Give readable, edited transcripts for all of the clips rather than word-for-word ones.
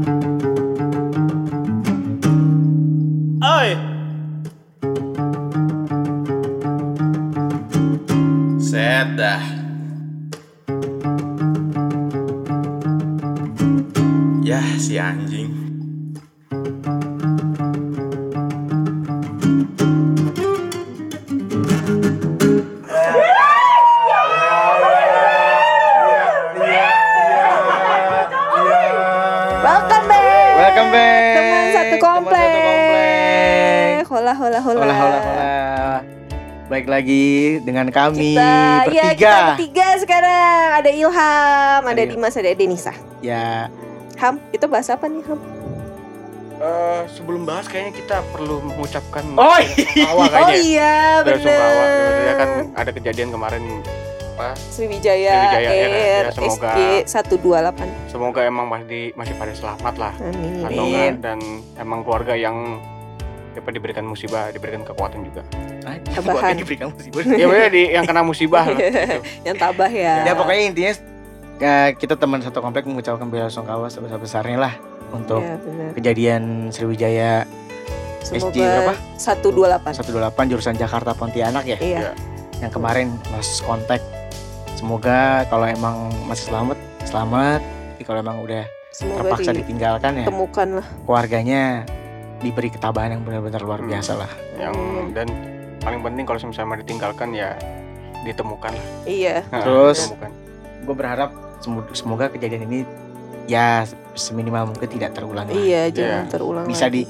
Oi. Set dah. Yah, si anjing. Welcome back. Teman satu komplek. Hola. Baik lagi dengan kami Kita bertiga. bertiga sekarang. Ada Ilham, ada Dimas, ada Denisa. Ya. Ham, kita bahas apa nih, Ham? Sebelum bahas kayaknya kita perlu mengucapkan Oh, sungkawa Oh kayaknya. iya, Sungkawa. bener. Maksudnya kan ada kejadian kemarin apa? Sriwijaya Air, Air ya, semoga SG 128. Semoga emang masih pada selamat lah. Amin. Atau enggak, dan emang keluarga yang diberikan musibah, diberikan kekuatan juga. Tabahan. Diberikan musibah. Ya bener yang kena musibah lah. Gitu. Yang tabah ya. Ya pokoknya intinya kita teman satu komplek mengucapkan bela-sungkawa sebesar-besarnya lah untuk Ya, bener. kejadian Sriwijaya SG berapa? 128. 128 jurusan Jakarta Pontianak ya. Iya. Yang kemarin lost contact. Semoga kalau emang masih selamat. Tapi kalau emang udah Semoga terpaksa ditinggalkan ya, ditemukan lah. keluarganya diberi ketabahan yang benar-benar luar biasa lah. Dan paling penting kalau misalnya ditinggalkan ya ditemukan lah. Iya. Terus Ditemukan. gue berharap semoga kejadian ini ya seminimal mungkin tidak terulang lah. Iya, jangan terulang Bisa lagi.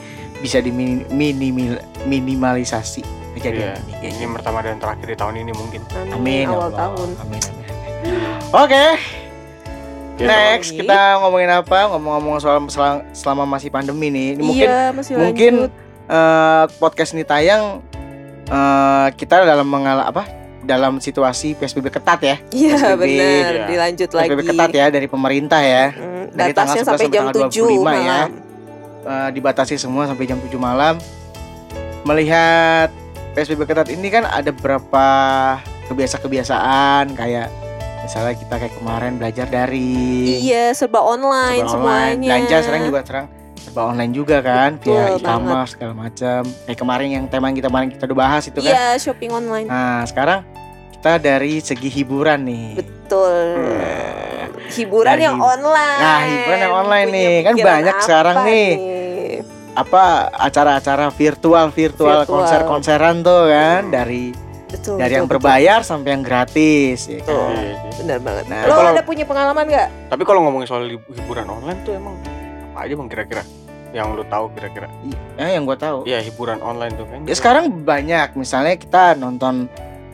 minimalisasi kejadian ini. Ini yang pertama dan terakhir di tahun ini mungkin. Amin ya Awal Allah. tahun. Amin. Oke. Ya, Next Ini. kita ngomongin apa? Ngomong-ngomong soal selama masih pandemi nih. Ini mungkin Iya, masih mungkin lanjut. podcast ini tayang kita dalam situasi PSBB ketat ya. Iya, PSBB, benar. ya. Dilanjut lagi. PSBB ketat ya dari pemerintah ya. Dari tanggal Batasnya 11 sampai jam tanggal 7 25 malam. ya. Dibatasi semua sampai jam 7 malam. Melihat PSBB ketat ini kan ada beberapa kebiasaan kayak misalnya kita kayak kemarin belajar dari Iya, serba online semuanya. belanja serba online juga kan, via Betul e-commerce segala macam. Kayak kemarin yang tema yang kemarin kita udah bahas itu kan. Iya, shopping online. Nah, sekarang kita dari segi hiburan nih. Betul. Hiburan Dari yang online. Nah, hiburan yang online Punya nih. Kan pikiran banyak apa sekarang nih. Acara-acara virtual, konser-konseran tuh kan, dari Betul, yang betul. berbayar sampai yang gratis ya kan. Betul. Iya, iya. Benar banget. Nah, Lo kalau- ada punya pengalaman nggak? Tapi kalau ngomongin soal hiburan online tuh emang apa aja bang kira-kira yang lu tahu kira-kira? Yang gue tahu. Iya, hiburan online tuh kan. Ya sekarang banyak, misalnya kita nonton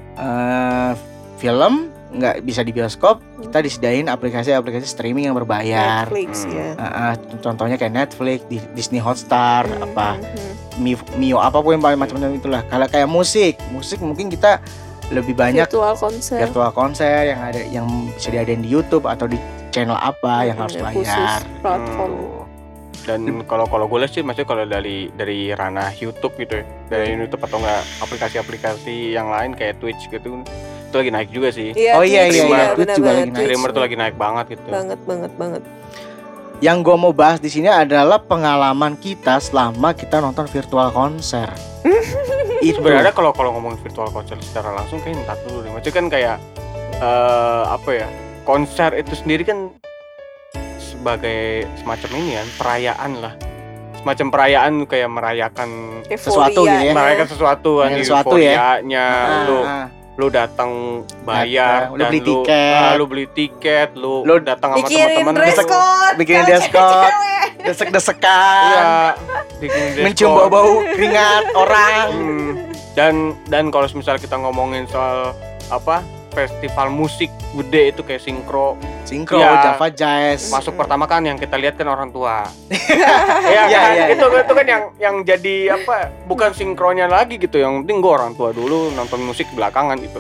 film nggak bisa di bioskop, kita disediain aplikasi streaming yang berbayar. Netflix ya. Contohnya kayak Netflix, Disney Hotstar, Mio apapun yang macam-macam itulah. Kalau kayak musik mungkin kita lebih banyak virtual konser yang bisa diadain di YouTube atau di channel apa yang harus bayar. khusus platform. Dan kalau gue lihat sih, maksudnya kalau dari ranah YouTube gitu ya, dari YouTube atau enggak aplikasi-aplikasi yang lain kayak Twitch gitu, itu lagi naik juga sih. Iya, Twitch juga lagi naik. Streamer tuh lagi naik banget gitu. Banget. Yang gue mau bahas di sini adalah pengalaman kita selama kita nonton virtual konser. Itu Sebenarnya kalau ngomongin virtual konser secara langsung kayak entar dulu deh. Maksudnya kan kayak konser itu sendiri kan sebagai semacam ini kan, perayaan lah. Semacam perayaan kayak merayakan sesuatu gitu ya. Merayakan sesuatu kan, Sesuatu ya. euforianya. Lu datang bayar, lu beli tiket, lu datang sama bikin teman-teman, bikin dress code, desek-desekan, mencium bau-bau keringat orang. Dan kalau misalnya kita ngomongin soal festival musik gede itu kayak sinkro ya, Java Jazz. masuk pertama kan yang kita lihat kan orang tua. Iya. Itu kan yang jadi bukan sinkronnya lagi gitu. Yang penting gue orang tua dulu, nonton musik belakangan gitu.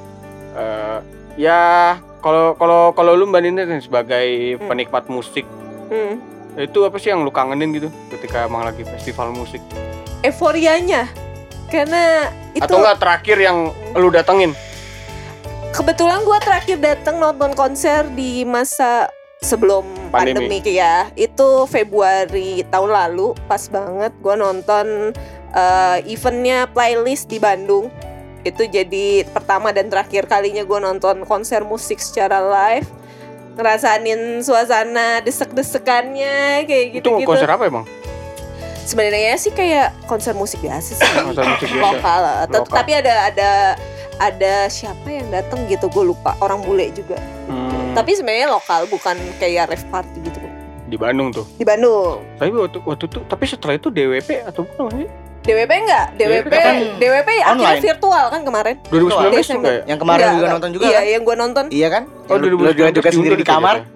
Ya kalau lu Mbak Nina sebagai penikmat musik, itu apa sih yang lu kangenin gitu ketika emang lagi festival musik? Euforianya, karena itu. Atau enggak terakhir yang lu datengin? Kebetulan gue terakhir datang nonton konser di masa sebelum pandemi ya. Itu Februari tahun lalu, pas banget gue nonton eventnya Playlist di Bandung. Itu jadi pertama dan terakhir kalinya gue nonton konser musik secara live. Ngerasain suasana desek-desekannya kayak gitu-gitu. Itu konser apa emang? Sebenarnya sih kayak konser musik biasa sih. Konser musik biasa. Lokal. Lokal. Tapi ada siapa yang datang gitu, gue lupa, orang bule juga. Tapi sebenarnya lokal, bukan kayak rave party gitu. Di Bandung tuh. Di Bandung. Tapi waktu itu, tapi setelah itu DWP atau bukan sih? DWP enggak? DWP akhirnya virtual kan kemarin. 2019 tuh enggak ya? Yang kemarin juga nonton juga iya, kan? yang gue nonton. Iya kan? Oh, Lu juga sendiri di kamar.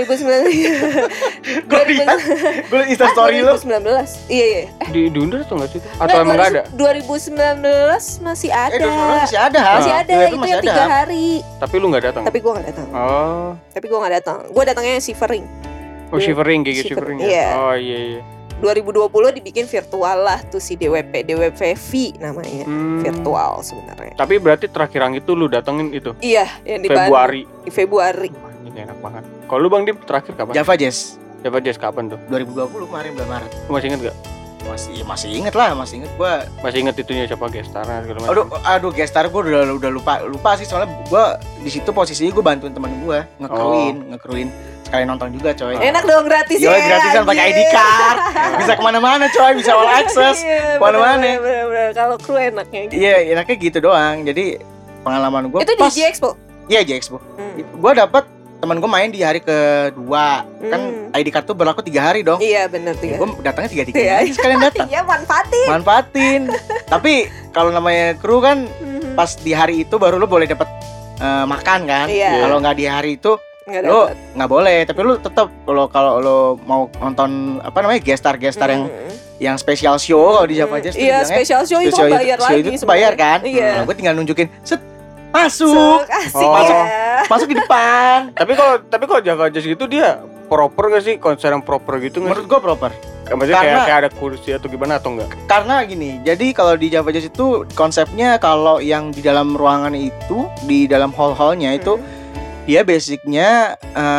2019. Gue Insta story lu. 2019. Iya. Diundur atau enggak sih itu? Atau emang enggak ada? 2019 masih ada. 2019 masih ada. Masih ada, itu yang 3 hari. Tapi lu enggak datang. Tapi gue enggak datang. Oh. Tapi gue enggak datang. Gue datangnya Shivering. Oh, Shivering, GG Shivering ya. Iya. Oh iya. 2020 dibikin virtual lah tuh si DWP V namanya. Virtual sebenarnya. Tapi berarti terakhir yang itu lu datengin itu? Iya, yang di Februari. Di Februari. Wah, ini enak banget. Kalau lu Bang Dim terakhir kapan? Java Jazz. Java Jazz kapan tuh? 2020 kemarin bulan Maret. Lu masih inget gak? Masih inget lah, masih inget gua. Masih inget itunya siapa gestarnya segala macam. Aduh gestar gua udah lupa sih, soalnya gua di situ posisinya gua bantuin teman gua ngekruin sekalian nonton juga coy. Enak dong, gratis ya. Gratisan pakai ID card. Bisa kemana-mana coy, bisa all access. Kemana-mana. Bener. Kalau kru enaknya gitu. Iya, enaknya gitu doang. Jadi pengalaman gua itu pas di J-Expo. Iya, J-Expo. Gua dapet teman gue main di hari kedua. Kan ID card tuh berlaku 3 hari dong. Iya bener 3. Gue datangnya 3 hari sekalian datang. Iya, manfaatin. Tapi kalau namanya kru kan pas di hari itu baru lo boleh dapat makan kan. Iya. Kalau nggak di hari itu lo nggak boleh. Tapi lo tetap kalau lo mau nonton apa namanya gestar yang special show kalau di Java Jazz. Iya, special show itu bayar lagi. Itu bayar kan. Iya. Nah, gue tinggal nunjukin masuk di depan. Tapi kalau Java Jazz gitu dia proper gak sih, konser yang proper gitu nggak? Menurut gue proper. Maksudnya kayak ada kursi atau gimana atau enggak? Karena gini, jadi kalau di Java Jazz itu konsepnya kalau yang di dalam ruangan itu, di dalam hall-hallnya itu dia basicnya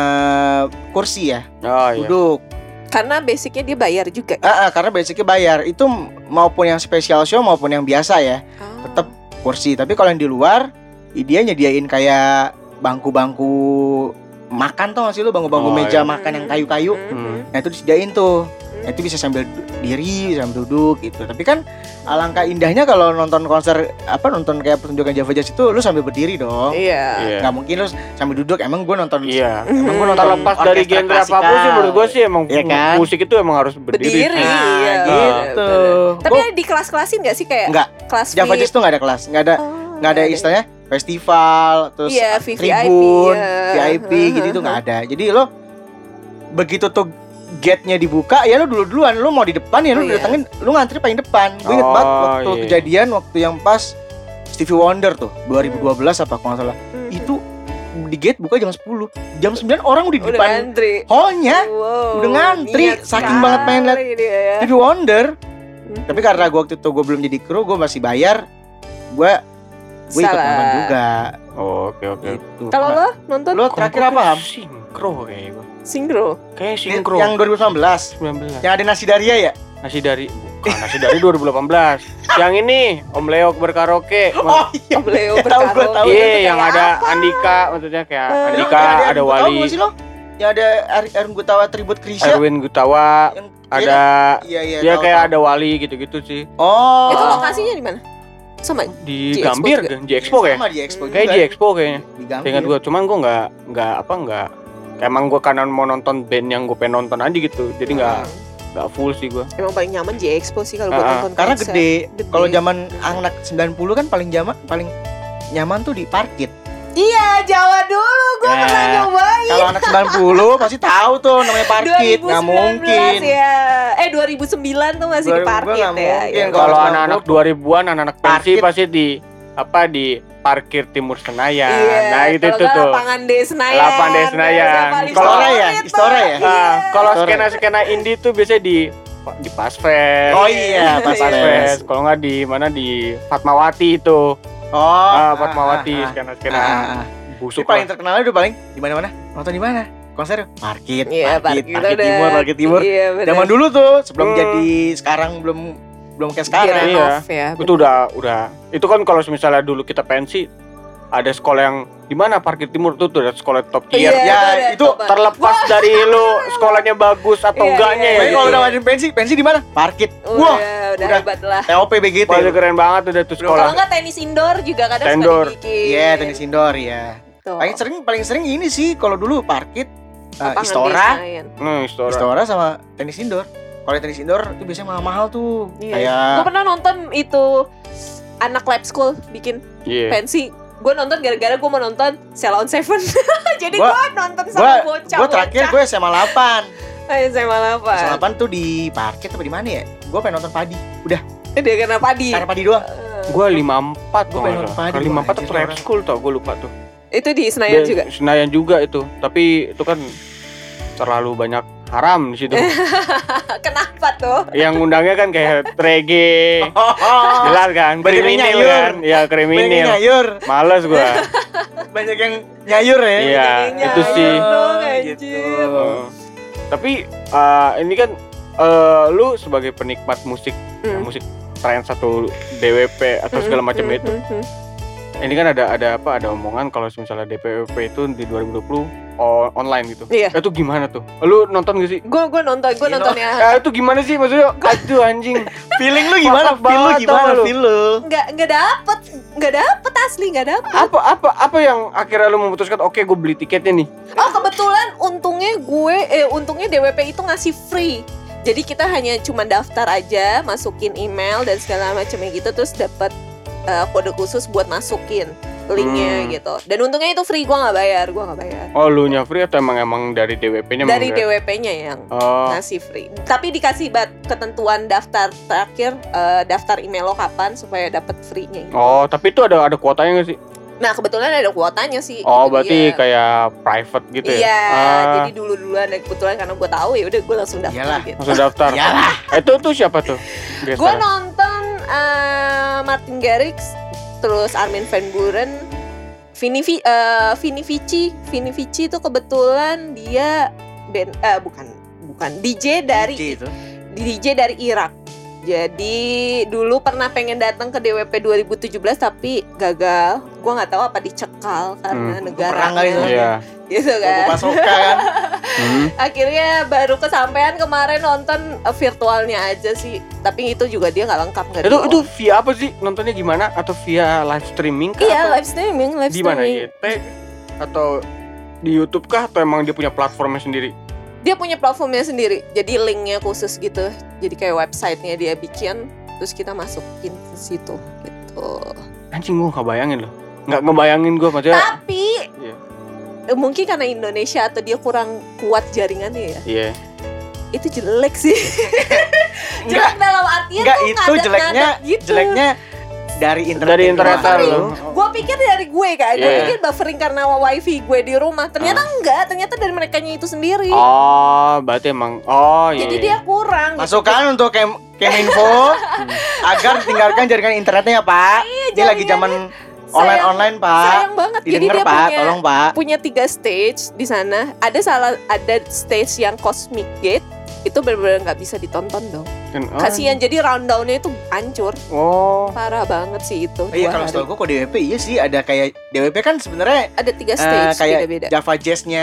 kursi ya, duduk. Karena basicnya dia bayar juga. Karena basicnya bayar. Itu maupun yang special show maupun yang biasa ya, tetap kursi. Tapi kalau yang di luar, dia nyediain kayak bangku-bangku makan, tau gak sih lu, bangku-bangku meja makan yang kayu-kayu. Nah itu disediain tuh. Nah, itu bisa sambil diri, sambil duduk gitu. Tapi kan alangkah indahnya kalau nonton konser nonton kayak pertunjukan Java Jazz itu lu sambil berdiri dong. Iya. Gak mungkin lu sambil duduk. Emang gue nonton. Iya. Emang gue nonton terlepas dari genre apapun sih menurut gue sih emang kan? musik itu emang harus berdiri. Iya, gitu. Tapi di kelas-kelasin gak sih kayak? Enggak. Kelas Java Jazz tuh gak ada kelas, gak ada istilahnya festival, terus tribun, VIP gitu tuh nggak ada. Jadi lo begitu tuh gate-nya dibuka, ya lo duluan, lo mau di depan ya lo datengin, lo ngantri paling depan. Gue inget banget waktu kejadian waktu yang pas Stevie Wonder tuh 2012 apa kalau nggak salah. Itu di gate buka jam 10, jam 9 orang udah di depan hall-nya, udah ngantri, saking banget pengen liat Stevie Wonder. Tapi karena gue waktu itu gue belum jadi kru, gue masih bayar, gue ikut nonton juga. Oke. Gitu. Kalau lo nonton? Lo terakhir apa, Ham? Sinkro kayak gue. Kayak sinkro. Yang 2019. Yang ada Nasi Daria ya? Nasi Dari 2018. Yang ini Om Leo berkaraoke. Oh iya. Om Leo berkaraoke. Iya, yang ada Andika, maksudnya kayak Andika, ada Wali. Tahu sih lo? Yang ada Erwin Gutawa tribute Krisya. Erwin Gutawa. Ada Iya, kayak ada Wali gitu-gitu sih. Oh. Itu lokasinya di mana? Sama di Gambir kan, J-Expo kayak. Sama di Expo. Kayak J-Expo kayaknya. Ingat gue, cuman gue enggak emang gue karena mau nonton band yang gue pengen nonton aja gitu. Jadi enggak full sih gue. Emang paling nyaman J-Expo sih kalau buat nonton karena konser. gede. Kalau zaman anak 90 kan paling nyaman tuh di Parkit. Iya, Jawa dulu gue pernah nyobain. Kalau anak 90 pasti tahu tuh namanya Parkit. Nggak mungkin ya. 2009 tuh masih di Parkit ya. Kalau anak-anak 2000-an, anak-anak pensi pasti di parkir Timur Senayan. Iya, nah itu tuh lapangan D Senayan. Kalau Istora ya. Kalau skena indie tuh biasanya di Pasfest. Oh iya, Pasfest. Kalau nggak di mana, di Fatmawati itu. Fatmawati skena busuk. Paling terkenalnya udah paling di mana-mana. Nonton di mana? konser Parkit Timur. Timur. Iya, zaman dulu tuh sebelum jadi sekarang belum kayak sekarang. Iya. Itu udah. Itu kan kalau misalnya dulu kita pensi ada sekolah yang di mana Parkit Timur tuh ada sekolah top tier. Iya, itu terlepas dari lu sekolahnya bagus atau enggaknya ya. Kalau udah ngadain pensi di mana? Parkit. Wah, udah hebat lah. TOP begitu. Paling keren banget udah tuh sekolah. Kalau enggak tenis indoor juga kadang suka dibikin. Iya, tenis indoor ya. Paling sering ini sih kalau dulu Parkit, Istora sama tenis indoor. Kalau tenis indoor itu biasanya mahal-mahal tuh. Gue pernah nonton itu anak lab school bikin pensi. Gue nonton gara-gara gue mau nonton Sheila on 7. Jadi gue nonton sama bocah. Gue terakhir gue SMA 8. SMA 8 tuh di Parkit apa di mana ya? Gue pengen nonton Padi. Udah. Dia karena Padi doang. Gue 54. Gue pengen nonton Padi. 54 tuh lab school tau, gue lupa tuh. Itu di Senayan juga. Senayan juga itu. Tapi itu kan terlalu banyak haram di situ. Kenapa tuh? Yang undangnya kan kayak reggae. Jelas kan? Kriminal kan? Ya kriminal. Males gua. Banyak yang nyayur ya. Iya, itu sih. Gitu. Tapi ini kan lu sebagai penikmat musik, musik trance atau DWP atau segala macam itu. Ini kan ada omongan kalau misalnya DWP itu di 2020 online gitu. Iya. Itu gimana tuh? Lu nonton gak sih? Gue nonton ya. Itu gimana sih maksudnya? Aduh anjing. Feeling lu gimana? Feel lu? Nggak dapet asli, nggak dapet. Apa yang akhirnya lu memutuskan oke gue beli tiketnya nih? Oh kebetulan untungnya DWP itu ngasih free. Jadi kita hanya cuma daftar aja, masukin email dan segala macamnya gitu, terus dapat kode khusus buat masukin linknya gitu. Dan untungnya itu free, gue nggak bayar. Oh, lu nya free atau emang dari DWP-nya? Dari DWP-nya yang ngasih free. Tapi dikasih ketentuan daftar terakhir, daftar email lo kapan supaya dapat free-nya gitu. Oh, tapi itu ada kuotanya nggak sih? Nah kebetulan ada kuotanya sih. Oh, berarti kayak private gitu ya? Iya, jadi duluan dan kebetulan karena gue tahu ya udah gue langsung daftar. Gitu. Langsung daftar. Iyalah. Itu tuh siapa tuh? Gue nonton Martin Garrix, terus Armin van Buuren, Vini Vici itu kebetulan dia bukan DJ dari Irak. Jadi dulu pernah pengen datang ke DWP 2017 tapi gagal. Gua nggak tahu apa dicekal karena negaranya. Gitu kan. Pasokan. Akhirnya baru kesampaian kemarin nonton virtualnya aja sih. Tapi itu juga dia nggak lengkap. Itu via apa sih? Nontonnya gimana? Atau via live streaming? Iya, live streaming. Di mana YT? Atau di YouTube kah? Atau emang dia punya platformnya sendiri? Dia punya platformnya sendiri, jadi linknya khusus gitu. Jadi kayak websitenya dia bikin, terus kita masukin ke situ gitu. Anjing, gue nggak bayangin loh, nggak ngebayangin gue maksudnya. Tapi mungkin karena Indonesia atau dia kurang kuat jaringannya ya. Iya. Itu jelek sih. Jelek dalam artian tuh itu jeleknya dari internet lo. Gue pikir dari gue kan, gue pikir buffering karena wifi gue di rumah. Ternyata enggak, ternyata dari merekanya itu sendiri. Oh, berarti emang. Jadi dia kurang. Masukan gitu. Untuk Keminfo agar tinggalkan jaringan internetnya ya Pak. Ini lagi zaman online Pak. Sayang banget. Jadi dia Pak, tolong Pak. Punya 3 stage di sana. Ada stage yang Cosmic Gate. Itu benar-benar nggak bisa ditonton dong. Kasihan, jadi rundownnya itu hancur. Parah banget sih itu. Iya, kalau setahu gue kok DWP iya sih ada kayak DWP kan sebenarnya ada 3 stage kayak beda-beda. Java Jazz-nya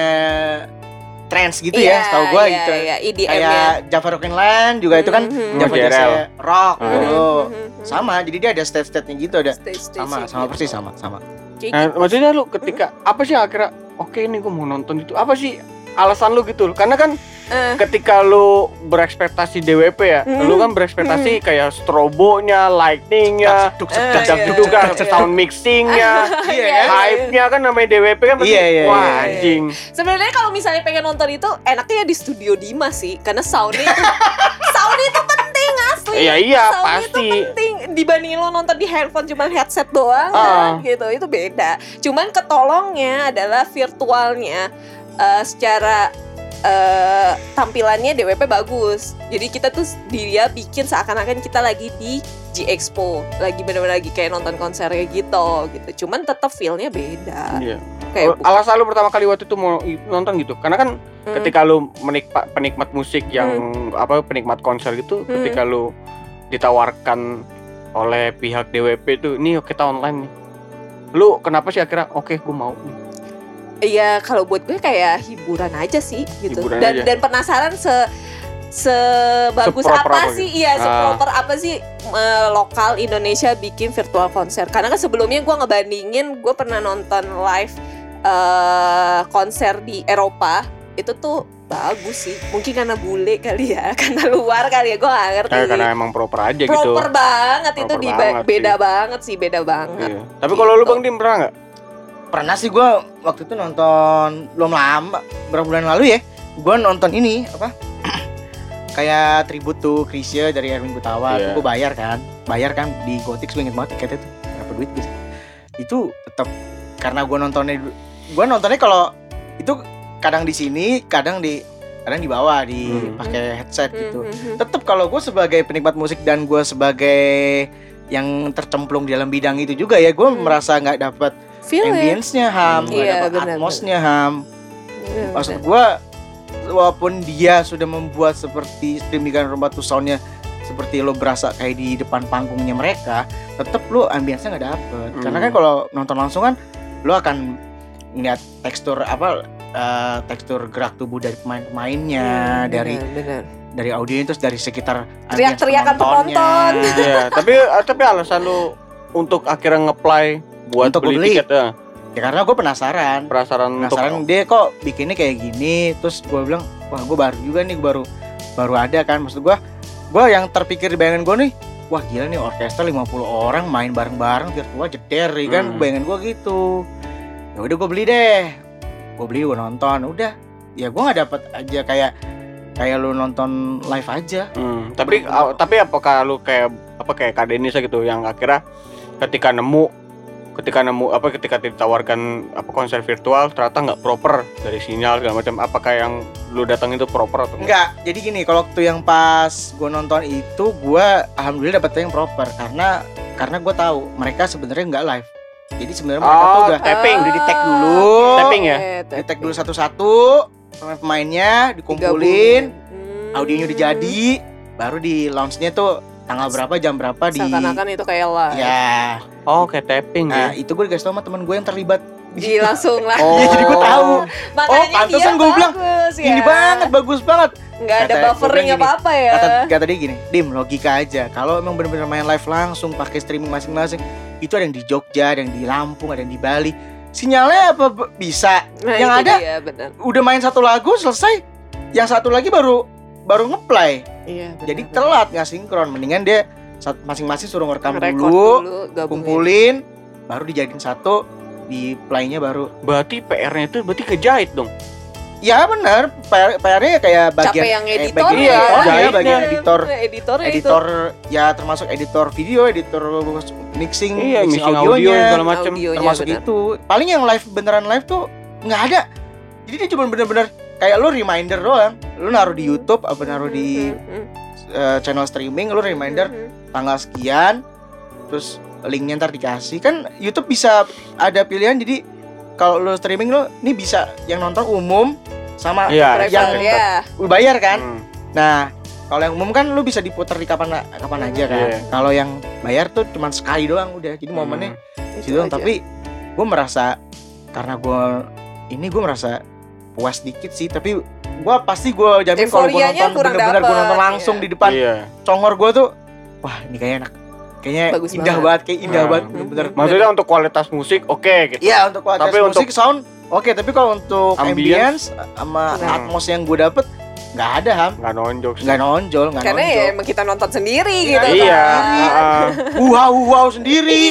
trance gitu ya, setahu gue gitu. Iya, EDM kayak Java Rockin' Land juga itu kan Java Jazz rock gitu. Sama, jadi dia ada stage-stage-nya gitu ada. Sama persis sama. Maksudnya lu ketika apa sih akhirnya oke ini gue mau nonton itu, apa sih alasan lu gitu? Karena kan ketika lu berekspektasi DWP ya, lu kan berekspektasi kayak strobonya, lightningnya, sound mixingnya, hype-nya kan namanya DWP kan pasti wah anjing. Sebenarnya kalau misalnya pengen nonton itu enaknya di studio Dimas sih, karena sound itu penting asli. Iya sound pasti. Itu penting dibanding lo nonton di handphone cuma headset doang kan, gitu. Itu beda. Cuman ketolongnya adalah virtualnya secara tampilannya DWP bagus. Jadi kita tuh dia bikin seakan-akan kita lagi di G-Expo, lagi benar-benar lagi kayak nonton konsernya gitu. Cuman tetap feel-nya beda. Iya. kayak alasan lu pertama kali waktu itu mau nonton gitu karena kan ketika lu penikmat musik yang penikmat konser gitu, ketika lu ditawarkan oleh pihak DWP tuh, nih kita online nih, lu kenapa sih akhirnya oke, gue mau nih? Iya, kalau buat gue kayak hiburan aja sih gitu. Dan penasaran sebagus apa sih? Iya, seproper apa sih lokal Indonesia bikin virtual konser. Karena kan sebelumnya gue ngebandingin, gue pernah nonton live konser di Eropa. Itu tuh bagus sih. Mungkin karena bule kali ya, karena luar kali ya, gue gak ngerti. Karena emang proper aja gitu. Proper banget, proper itu beda banget sih, beda banget. Iya. Tapi kalau lu Bang Dim pernah gak? Pernah sih, gue waktu itu nonton belum lama, berapa bulan lalu ya, gue nonton ini kayak tribute tuh Chrisye dari Erwin Gutawa. Gue bayar kan di Gotix, gue inget banget tiketnya tuh berapa duit gitu. Itu tetap karena gue nontonnya kalau itu kadang di sini, kadang di bawah pakai headset gitu. Tetap kalau gue sebagai penikmat musik dan gue sebagai yang tercemplung di dalam bidang itu juga ya, gue merasa nggak dapat ambience-nya nggak dapat atmosnya Maksud gue, walaupun dia sudah membuat seperti sedemikian rupa tuh soundnya seperti lo berasa kayak di depan panggungnya mereka, tetep lo ambience-nya nggak dapet. Karena kan kalau nonton langsung kan lo akan ngeliat tekstur gerak tubuh dari pemain-pemainnya, dari audionya, terus dari sekitar teriak-teriakan penonton. Iya, tapi alasan lo untuk akhirnya nge-play buat untuk beli tiket ya karena gue penasaran dia kok bikinnya kayak gini. Terus gue bilang, wah gue baru juga nih, baru ada kan. Maksud gue yang terpikir di bayangan gue nih, wah gila nih orkestra 50 orang main bareng-bareng virtual jeder kan. Bayangan gue gitu. Ya udah gue beli, gue nonton. Udah ya gue nggak dapet aja kayak lu nonton live aja. Tapi apakah lu kayak Kak Denisa gitu yang akhirnya ketika ditawarkan konser virtual ternyata nggak proper dari sinyal segala macam, apakah yang lu datang itu proper atau enggak? Jadi gini, kalau waktu yang pas gue nonton itu, gue alhamdulillah dapet yang proper karena gue tahu mereka sebenarnya nggak live. Jadi sebenarnya mereka tuh udah di tag dulu, di tag dulu satu-satu pemainnya, dikumpulin, audionya udah jadi, baru di launch-nya tuh tanggal berapa, jam berapa di seakan-akan itu kayak live. Ya. Kayak tapping. Nah, itu gue dikasih tau sama temen gue yang terlibat. Langsung lah. Iya, jadi gue tahu. Makanya pantesan gue bilang ini banget, bagus banget. Nggak ada buffering apa ya. Kata dia gini, Dim, logika aja. Kalau emang benar-benar main live langsung pakai streaming masing-masing, itu ada yang di Jogja, ada yang di Lampung, ada yang di Bali. Sinyalnya apa bisa? Nah, yang ada dia, udah main satu lagu selesai, yang satu lagi baru ngeplay. Iya, jadi telat nggak sinkron. Mendingan dia masing-masing suruh ngerekam dulu, kumpulin, baru dijadiin satu, di playnya baru. Berarti PR-nya itu berarti kejahit dong. Ya benar, PR-nya kayak bagian capek yang editor bagian editor ya, termasuk editor video, editor mixing audio segala macam, termasuk itu. Paling yang beneran live tuh nggak ada. Jadi dia cuma bener-bener kayak lo reminder doang. Lo naruh di YouTube apa naruh di channel streaming, lo reminder tanggal sekian, terus linknya ntar dikasih. Kan YouTube bisa ada pilihan, jadi kalau lo streaming lo ini bisa yang nonton umum sama yang bayar kan. Nah, kalau yang umum kan lo bisa diputar di kapan aja kan. Kalau yang bayar tuh cuma sekali doang udah. Jadi momennya situ doang. Tapi gue merasa karena gue merasa puas dikit sih. Tapi gue jamin kalau gue nonton bener-bener gue nonton langsung di depan congor gue tuh, wah ini kayaknya bagus indah banget, bener-bener. Maksudnya untuk kualitas musik oke gitu. Iya, untuk kualitas musik sound oke, tapi kalau untuk ambience sama atmos yang gue dapet nggak ada nggak nonjol. Karena ya emang kita nonton sendiri gitu. Iya. Wow sendiri.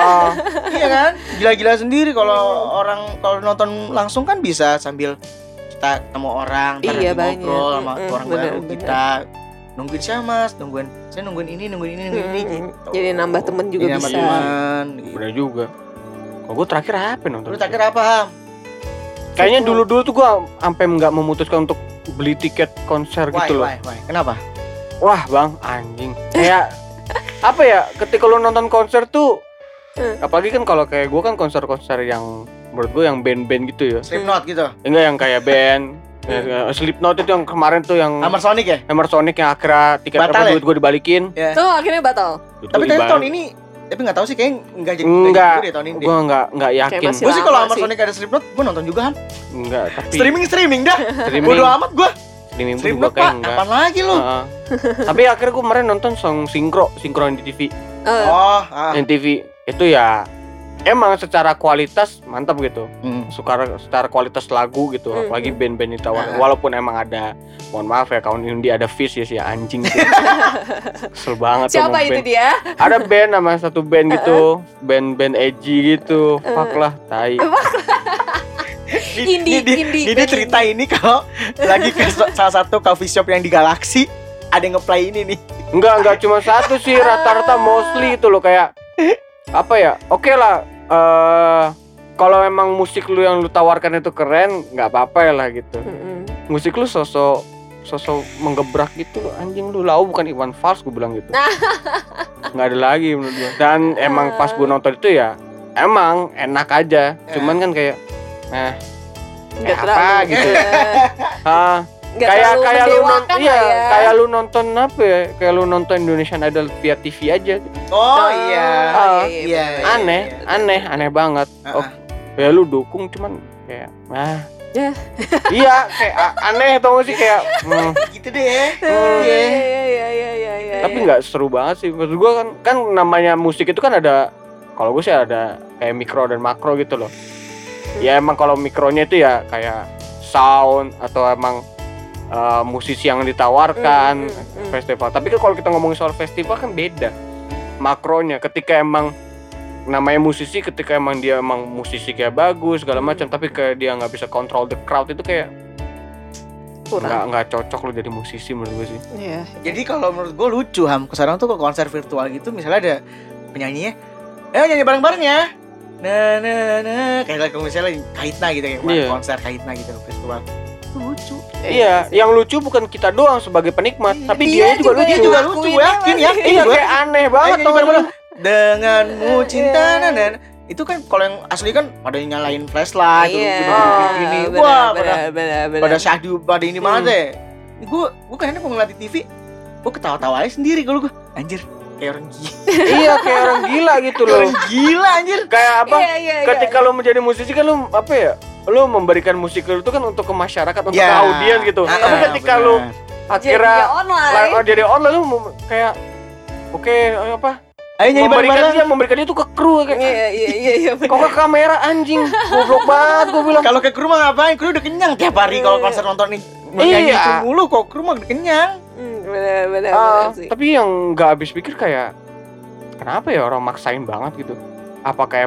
Iya kan, gila-gila sendiri. Kalau nonton langsung kan bisa sambil kita ketemu orang, ngobrol sama orang baru kita. Nungguin siapa mas, saya nungguin ini gitu. Jadi nambah temen juga bisa. Bener juga. Kalau gue terakhir apa nonton? Lu terakhir apa, Ham? Kayaknya dulu tuh gue sampai nggak memutuskan untuk beli tiket konser gitu loh. Why? Kenapa? Wah bang, anjing. Kayak apa ya? Ketika lu nonton konser tuh, apalagi kan kalau kayak gue kan konser-konser yang menurut gue yang band-band gitu ya. Slipknot gitu. Enggak yang kayak band. Slipknot itu yang kemarin tuh yang Hammer Sonic ya? Hammer Sonic yang akhirnya tiket Batal duit gue dibalikin. Ya. Tuh akhirnya batal. Tapi tahun ini nggak tahu sih kayaknya nggak jadi deh tahun ini deh. Gue nggak yakin. Kayak Gue sih kalau Hammer Sonic ada Slipknot, gue nonton juga kan. Enggak, tapi Streaming dah. Bodo amat gue. Streaming Slipknot juga kayak Pak, enggak. apaan lagi lu? Tapi akhirnya gue kemarin nonton song sinkro di TV. Yang TV itu ya emang secara kualitas mantap gitu. Secara kualitas lagu gitu, apalagi band-band ditawar. Walaupun emang ada, mohon maaf ya kawan Indi, ada Fish ya si anjing gitu. Kesel banget. Siapa itu dia? Ada band sama satu band gitu, band edgy gitu. Fuck lah, tai. Ini cerita ini kalau lagi ke salah satu coffee shop yang di Galaxy ada yang ngeplay ini nih. Enggak cuma satu sih, rata-rata mostly itu loh kayak apa ya? Oke lah. Kalau emang musik lu yang lu tawarkan itu keren, nggak apa-apa ya lah gitu. Musik lu sosok menggebrak gitu, anjing lu lau bukan Iwan Fals, gue bilang gitu. Nggak ada lagi menurut gue. Dan emang pas gue nonton itu ya, emang enak aja. Cuman kan kayak, apa gitu. Kayak lu nonton, kayak lu nonton apa ya? Kayak lu nonton Indonesian Idol via TV aja. Oh iya. Aneh banget. Ya lu dukung cuman kayak iya kayak aneh tau gak sih kayak gitu deh. Iya. Tapi nggak seru banget sih. Maksud gue kan namanya musik itu kan ada, kalau gue sih ada kayak mikro dan makro gitu loh. Ya emang kalau mikronya itu ya kayak sound atau emang musisi yang ditawarkan festival. Tapi kan kalau kita ngomongin soal festival kan beda makronya. Ketika emang namanya musisi, ketika emang dia emang musisi kayak bagus segala macam, tapi kayak dia nggak bisa control the crowd, itu kayak nggak cocok lo jadi musisi menurut gue sih. Iya. Jadi kalau menurut gue lucu sekarang tuh ke konser virtual gitu, misalnya ada penyanyinya, nyanyi bareng-bareng ya. Kayak misalnya Kaitna gitu kayak konser Kaitna gitu festival. Lucu. Iya, yang lucu bukan kita doang sebagai penikmat, tapi dia juga lucu. Dia juga lucu, yakin ya. Iya, kayak aneh banget tuh. Denganmu cinta itu kan kalau yang asli kan pada nyalain flashlight gini. Wah, pada syahdu pada ini mana deh. Gue kan mau ngeliat di TV, gue ketawa-tawa aja sendiri kalau gue. Anjir, kayak orang gila. Iya, kayak orang gila gitu loh. Orang gila anjir. Kayak apa? Ketika lo menjadi musisi kan lo apa ya? Lo memberikan musik lo itu kan untuk ke masyarakat, untuk ke audiens gitu. Tapi ketika lo akhirnya jadi online lo kayak apa? Ayo nyanyi bareng-bareng. Memberikan itu ke kru kayak. Iya. Kok ke kamera anjing, goblok banget gue bilang. Kalau ke kru mah ngapain? Kru udah kenyang tiap hari kalau konser nonton nih. Nyanyi itu mulu kok, kru mah udah kenyang. Bener sih. Tapi yang nggak habis pikir kayak kenapa ya orang maksain banget gitu? Apakah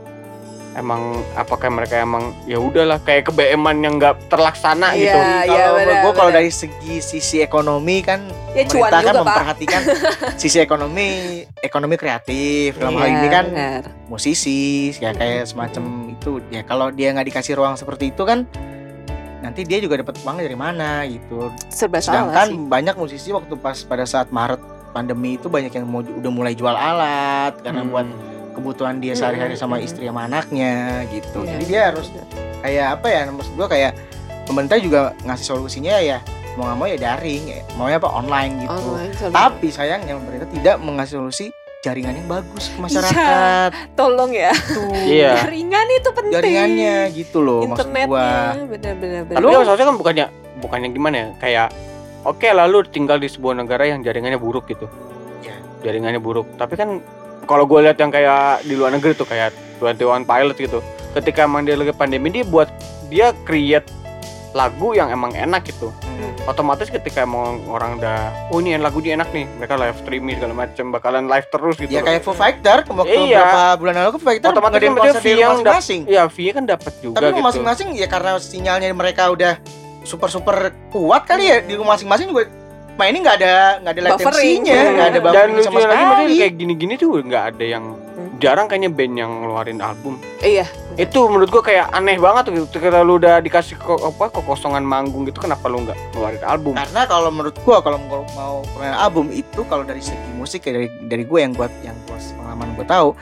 apakah mereka emang ya udahlah kayak ke-BM-an yang nggak terlaksana gitu. Kalau dari sisi ekonomi kan pemerintah kan memperhatikan sisi ekonomi kreatif. Dalam hal ini kan musisi kayak semacam itu ya. Kalau dia nggak dikasih ruang seperti itu kan nanti dia juga dapat uangnya dari mana gitu. Sedangkan banyak musisi waktu pada saat Maret pandemi itu banyak yang udah mulai jual alat karena buat kebutuhan dia sehari-hari sama istri sama anaknya gitu. Jadi dia harus kayak apa ya, maksud gue kayak pemerintah juga ngasih solusinya ya mau nggak mau ya daring ya, maunya apa online gitu. Tapi sayangnya pemerintah tidak mengasih solusi jaringan yang bagus ke masyarakat. Tolong ya. Iya. Jaringan itu penting. Jaringannya gitu loh internetnya, maksud gua. Bener. Lalu maksudnya kan bukannya gimana ya? Kayak oke, lalu tinggal di sebuah negara yang jaringannya buruk gitu. Iya. Jaringannya buruk. Tapi kan kalau gue lihat yang kayak di luar negeri tuh kayak 21 Pilots gitu. Ketika emang dia lagi pandemi, dia create lagu yang emang enak gitu. Otomatis ketika emang orang udah ini lagunya enak nih, mereka live streaming segala macam, bakalan live terus gitu. Ya kayak Foo Fighter waktu beberapa bulan lalu Foo Fighter otomatis kan konser di masing-masing. Iya, fee kan dapat juga. Tapi gitu. masing-masing ya karena sinyalnya mereka udah super kuat kali ya, di rumah masing-masing juga mainnya nggak ada latensinya, nggak ada buffering sama sekali. Lagi kayak gini-gini tuh nggak ada yang jarang kayaknya band yang ngeluarin album. Iya. Itu menurut gua kayak aneh banget tuh. Ketika lu udah dikasih kekosongan manggung gitu, kenapa lu nggak ngeluarin album? Karena kalau menurut gua kalau mau ngeluarin album itu kalau dari segi musik ya dari gua yang pengalaman gua tahu,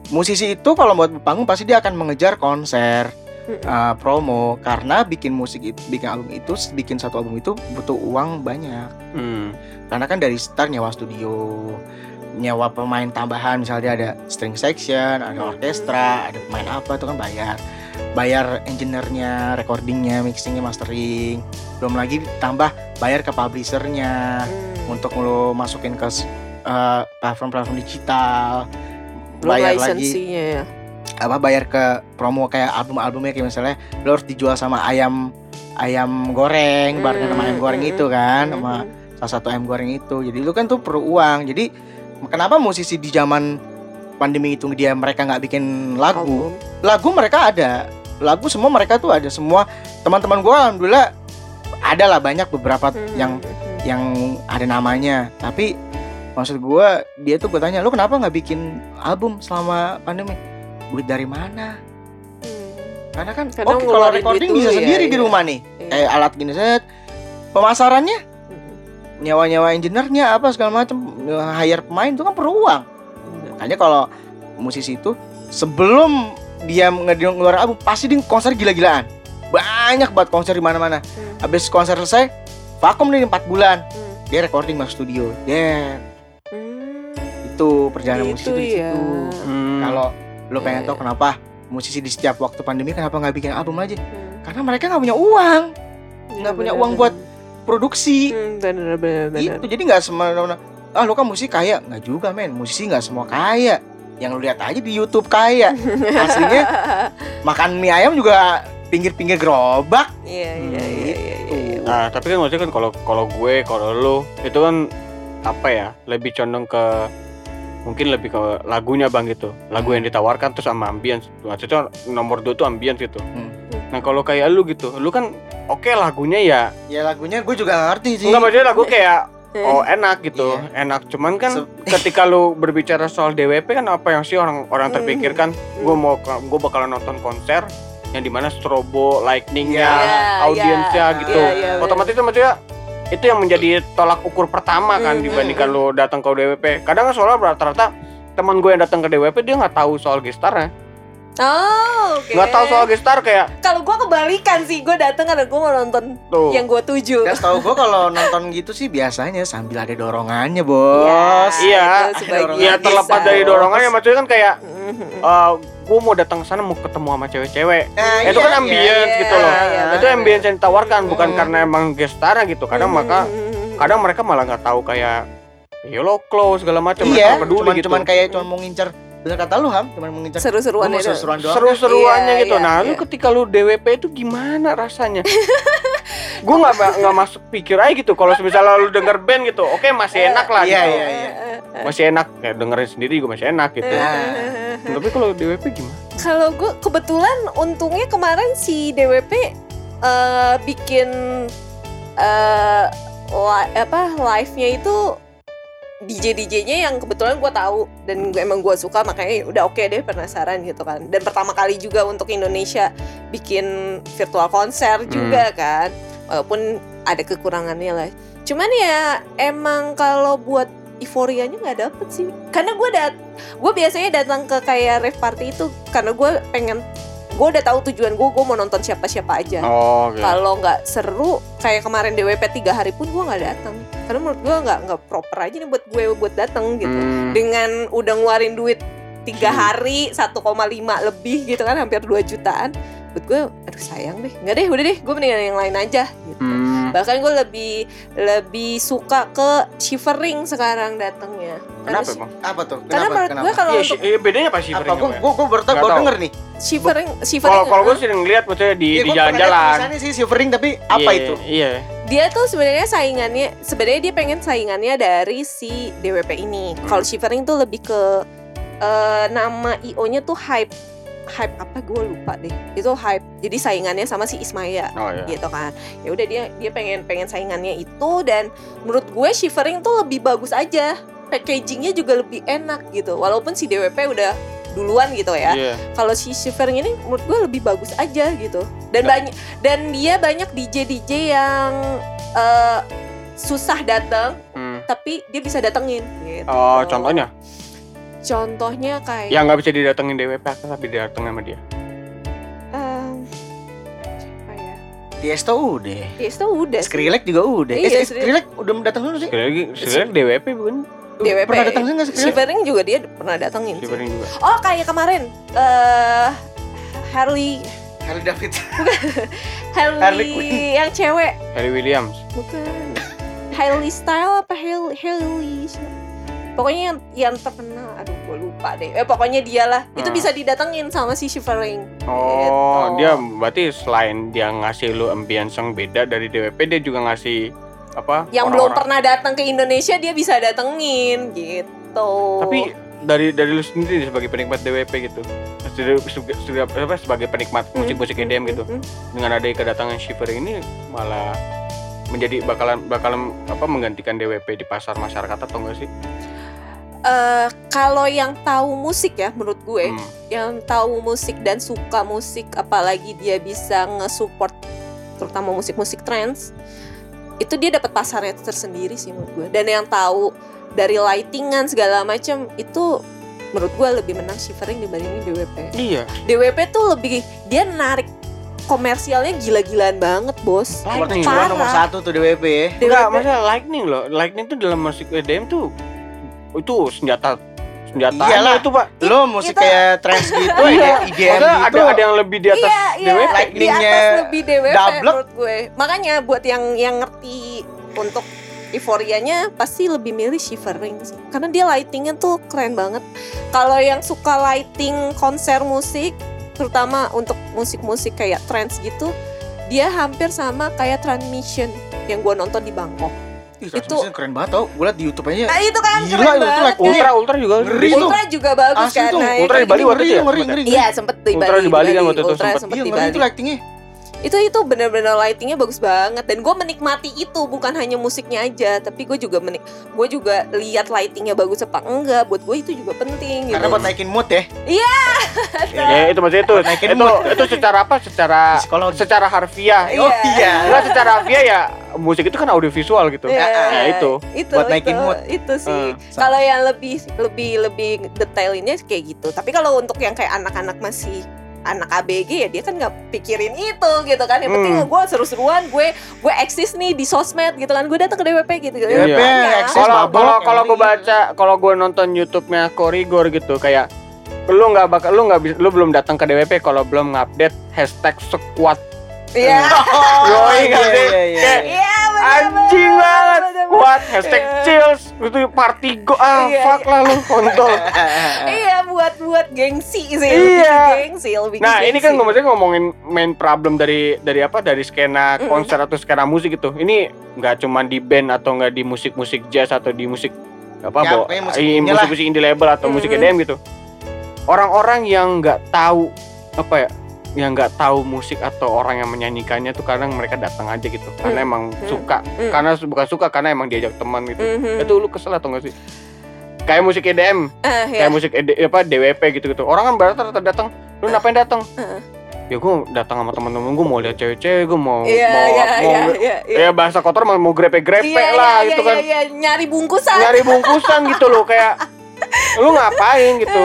musisi itu kalau buat panggung pasti dia akan mengejar konser, promo, karena bikin satu album itu butuh uang banyak. Karena kan dari start nyewa studio, nyewa pemain tambahan, misalnya ada string section, ada orkestra, ada pemain apa itu kan bayar engineer-nya, recordingnya, mixingnya, mastering, belum lagi tambah bayar ke publisher-nya untuk lo masukin ke platform digital, bayar lagi ya. Bayar ke promo kayak album-albumnya, kayak misalnya lo harus dijual sama ayam goreng, barengan sama ayam goreng itu kan, sama salah satu ayam goreng itu. Jadi lu kan tuh perlu uang. Jadi kenapa musisi di zaman pandemi itu mereka nggak bikin lagu? Lagu mereka ada, lagu semua mereka tuh ada semua. Teman-teman gue alhamdulillah ada lah banyak beberapa yang ada namanya. Tapi maksud gue, dia tuh gue tanya, lu kenapa nggak bikin album selama pandemi? Duit dari mana? Karena kan kalau recording bisa sendiri di rumah nih, kayak alat gini set, pemasarannya, nyawa engineer-nya apa segala macam, hire pemain itu kan perlu uang. Makanya kalau musisi itu sebelum dia ngeluarin album pasti dia konser gila-gilaan, banyak banget konser di mana-mana. Habis konser selesai, vakum nih 4 bulan, dia recording masuk studio, itu perjalanan musisi di situ. Kalau lo pengen tahu kenapa musisi di setiap waktu pandemi kenapa nggak bikin album aja? Karena mereka nggak punya uang, nggak punya uang buat produksi. Bener. Itu jadi nggak semua lo kan musisi kaya, nggak juga men. Musisi nggak semua kaya. Yang lo lihat aja di YouTube kaya, aslinya makan mie ayam juga pinggir-pinggir gerobak. Iya. Nah tapi kan maksudnya kan kalau lo itu kan apa ya, lebih condong ke mungkin lebih ke lagunya bang gitu, lagu yang ditawarkan terus sama ambience, maksudnya nomor 2 tuh ambience gitu. Nah kalau kayak lu gitu, lu kan oke, lagunya ya lagunya gue juga ngerti sih. Enggak, maksudnya lagu kayak enak gitu, enak. Cuman kan ketika lu berbicara soal DWP kan apa yang sih orang terpikirkan? Gue bakalan nonton konser yang dimana strobo, lightningnya, audiensnya gitu. Otomatis maksudnya itu yang menjadi tolak ukur pertama kan dibandingkan lo datang ke DWP. Kadang kan soalnya rata-rata teman gue yang datang ke DWP dia nggak tahu soal gestarnya. Nggak tahu soal gestar kayak. Kalau gue kebalikan sih, gue datang karena gue mau nonton yang gue tuju. Ya tahu gue kalau nonton gitu sih biasanya sambil ada dorongannya bos. Iya terlepas dari dorongannya, maksudnya kan kayak gue mau datang ke sana mau ketemu sama cewek-cewek. Itu kan ambience gitu loh. Itu ambience yang ditawarkan, bukan karena emang gestarnya gitu. Kadang mereka malah nggak tahu kayak lo close segala macam. Mereka peduli gitu. Cuman mau ngincer. Bener kata lu Ham, cuman mengincar seru-seruannya gitu. Nah, lu ketika lu DWP itu gimana rasanya? Gue nggak masuk pikir aja gitu. Kalau misalnya lu denger band gitu, oke, masih enak lah. Iya. Masih enak, ya dengerin sendiri gue masih enak gitu. Tapi kalau DWP gimana? Kalau gue kebetulan untungnya kemarin si DWP bikin live-nya itu DJ-nya yang kebetulan gue tahu dan emang gue suka, makanya udah oke deh, penasaran gitu kan. Dan pertama kali juga untuk Indonesia bikin virtual konser juga kan, walaupun ada kekurangannya lah. Cuman ya emang kalau buat euforianya nggak dapet sih, karena gue biasanya datang ke kayak rave party itu karena gue udah tahu tujuan gue mau nonton siapa-siapa aja. Kalau nggak seru kayak kemarin DWP 3 hari pun gue nggak datang, karena menurut gue nggak proper aja nih buat gue buat datang gitu. Dengan udah ngeluarin duit 3 hari 1,5 lebih gitu kan, hampir 2 jutaan. Buat gue aduh sayang deh, nggak deh, udah deh gue mendingan yang lain aja gitu. Bahkan gue lebih suka ke Shivering sekarang datangnya. Kenapa emang? Apa tuh? Karena menurut gue kalau untuk bedanya apa Shivering? Gue baru denger nih. Shivering. Kalau gue sering ngeliat maksudnya di jalan-jalan. Tulisannya sih Shivering, tapi apa itu? Iya. Dia tuh sebenarnya dia pengen saingannya dari si DWP ini. Kalau Shivering tuh lebih ke nama IO-nya tuh Hype apa gue lupa deh. Itu Hype. Jadi saingannya sama si Ismaya gitu kan. Ya udah dia pengen saingannya itu, dan menurut gue Shivering tuh lebih bagus aja. Packagingnya juga lebih enak gitu. Walaupun si DWP udah duluan gitu ya. Kalau si Shivering ini menurut gue lebih bagus aja gitu. Dan dia banyak DJ yang Contohnya kayak yang nggak bisa didatengin DWP tapi didatengin sama dia. Siapa ya? Tiesto udah. Skrillex juga udah. Iya, Skrillex udah datang dulu sih. Skrillex DWP bukan? DWP. Pernah datang sih nggak Skrillex? Shivering juga dia pernah datengin. Shivering juga. Oh kayak kemarin Harley Davidson. Harley yang cewek. Harry Williams. Bukan. Hailey Style apa Hailey? Pokoknya yang terkenal. Aduh, gue lupa deh. Pokoknya dialah. Itu bisa didatengin sama si Shivering. Oh, dia berarti selain dia ngasih lu ambience yang beda dari DWP, dia juga ngasih apa? Yang belum pernah datang ke Indonesia dia bisa datengin gitu. Tapi dari lu sendiri sebagai penikmat DWP gitu, sebagai penikmat musik-musik EDM gitu, dengan adanya kedatangan Shivering ini malah menjadi bakalan menggantikan DWP di pasar masyarakat atau enggak sih? Kalau yang tahu musik ya, menurut gue, yang tahu musik dan suka musik, apalagi dia bisa nge-support terutama musik-musik trance, itu dia dapat pasarnya tersendiri sih menurut gue. Dan yang tahu dari lightingan segala macam itu menurut gue lebih menang Shivering dibandingin DWP. Iya. DWP tuh lebih dia narik komersialnya gila-gilaan banget, bos. Lightning nomor 1 tuh DWP ya. Enggak, masalah Lightning loh. Lightning tuh dalam musik EDM tuh itu senjata iyalah itu Pak. Lo musik kayak trance gitu, IDM gitu. Ada yang lebih di atas DWP. Lightningnya di atas lebih DWP menurut gue. Makanya buat yang ngerti untuk euforianya pasti lebih milih Shivering sih. Karena dia lightingnya tuh keren banget. Kalau yang suka lighting konser musik, terutama untuk musik-musik kayak trance gitu, dia hampir sama kayak Transmission yang gue nonton di Bangkok. Itu keren banget tau, gue liat di YouTube aja. Nah itu kan gila, keren banget. Ultra juga ngeri. Ultra juga bagus kan. Nah, Ultra di Bali waktu itu ya? Iya sempet di Bali. Ultra di Bali kan waktu itu sempet di Bali. Itu lightingnya. Itu benar-benar lightingnya bagus banget, dan gue menikmati itu bukan hanya musiknya aja, tapi gue juga lihat lightingnya bagus apa enggak. Buat gue itu juga penting. Karena buat naikin mood ya. Iya. Ya itu maksudnya itu secara apa? Secara harfiah. Oh iya. Enggak secara harfiah ya. Musik itu kan audiovisual gitu. Ya, itu buat naikin mood. Itu sih. Kalau yang lebih detailinnya kayak gitu. Tapi kalau untuk yang kayak anak-anak masih anak ABG ya dia kan nggak pikirin itu gitu kan. Yang penting gue seru-seruan, gue eksis nih di sosmed gitu kan. Gue datang ke DWP gitu. Iya. Kalau gue nonton YouTube-nya Korigor gitu, kayak lu belum datang ke DWP kalau belum ngupdate hashtag sekuat. Iya. Yoi kan sih. Iya, anjing banget. Kuat hashtag chills itu party go fuck lah lu kontol. Iya, buat gengsi sih. Iya. Lebih nah, gengsi. ini kan ngomongin main problem dari skena konser atau skena musik itu. Ini enggak cuma di band atau enggak di musik-musik jazz atau di musik musik indie label atau musik EDM gitu. Orang-orang yang enggak tahu yang nggak tahu musik atau orang yang menyanyikannya tuh kadang mereka datang aja gitu karena emang suka, karena bukan suka karena emang diajak teman gitu. Itu lu kesel atau nggak sih? Kayak musik EDM, kayak musik DWP gitu. Orang kan rata-rata datang, lu ngapain datang? Ya gue datang sama teman-teman gue mau lihat cewek-cewek, gue mau bahasa kotor mau grepe-grepe lah gitu kan. Iya, nyari bungkusan gitu loh, kayak lu ngapain gitu.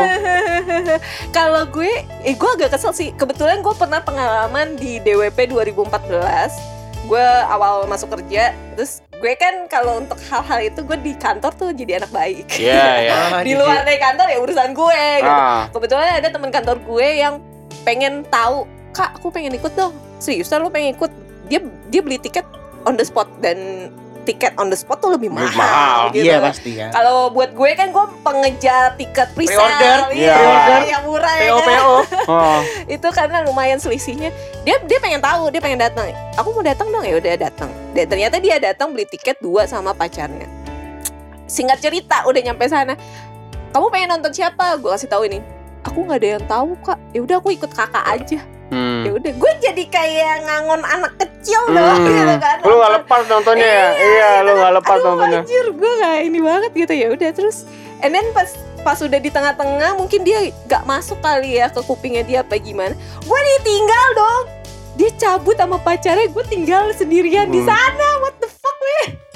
Kalau gue agak kesel sih. Kebetulan gue pernah pengalaman di DWP 2014. Gue awal masuk kerja, terus gue kan kalau untuk hal-hal itu gue di kantor tuh jadi anak baik. Iya. Di luar dari kantor ya urusan gue gitu. Kebetulan ada teman kantor gue yang pengen tahu, "Kak, aku pengen ikut dong." "Seriusan lu pengen ikut?" Dia beli tiket on the spot, dan tiket on the spot tuh lebih mahal gitu. Iya pasti ya. Kalau buat gue kan gue pengejar tiket pre-sale, pre-order yang murah PO. Itu karena lumayan selisihnya. Dia pengen tahu, dia pengen datang. Aku mau datang dong, ya udah datang. Dan ternyata dia datang beli tiket 2 sama pacarnya. Singkat cerita udah nyampe sana. "Kamu pengen nonton siapa?" Gue kasih tahu ini. "Aku nggak ada yang tahu, Kak." "Ya udah aku ikut kakak aja." Ya udah, gue jadi kayak ngangon anak kecil dong gitu kan. Lu nggak lepas nontonnya ya? Iya, lu nggak lepas nontonnya. Anjir, gue nggak ini banget gitu. Ya udah, terus and then pas udah di tengah-tengah mungkin dia nggak masuk kali ya ke kupingnya dia apa gimana. Gue ditinggal dong. Dia cabut sama pacarnya, gue tinggal sendirian di sana. What the fuck, weh?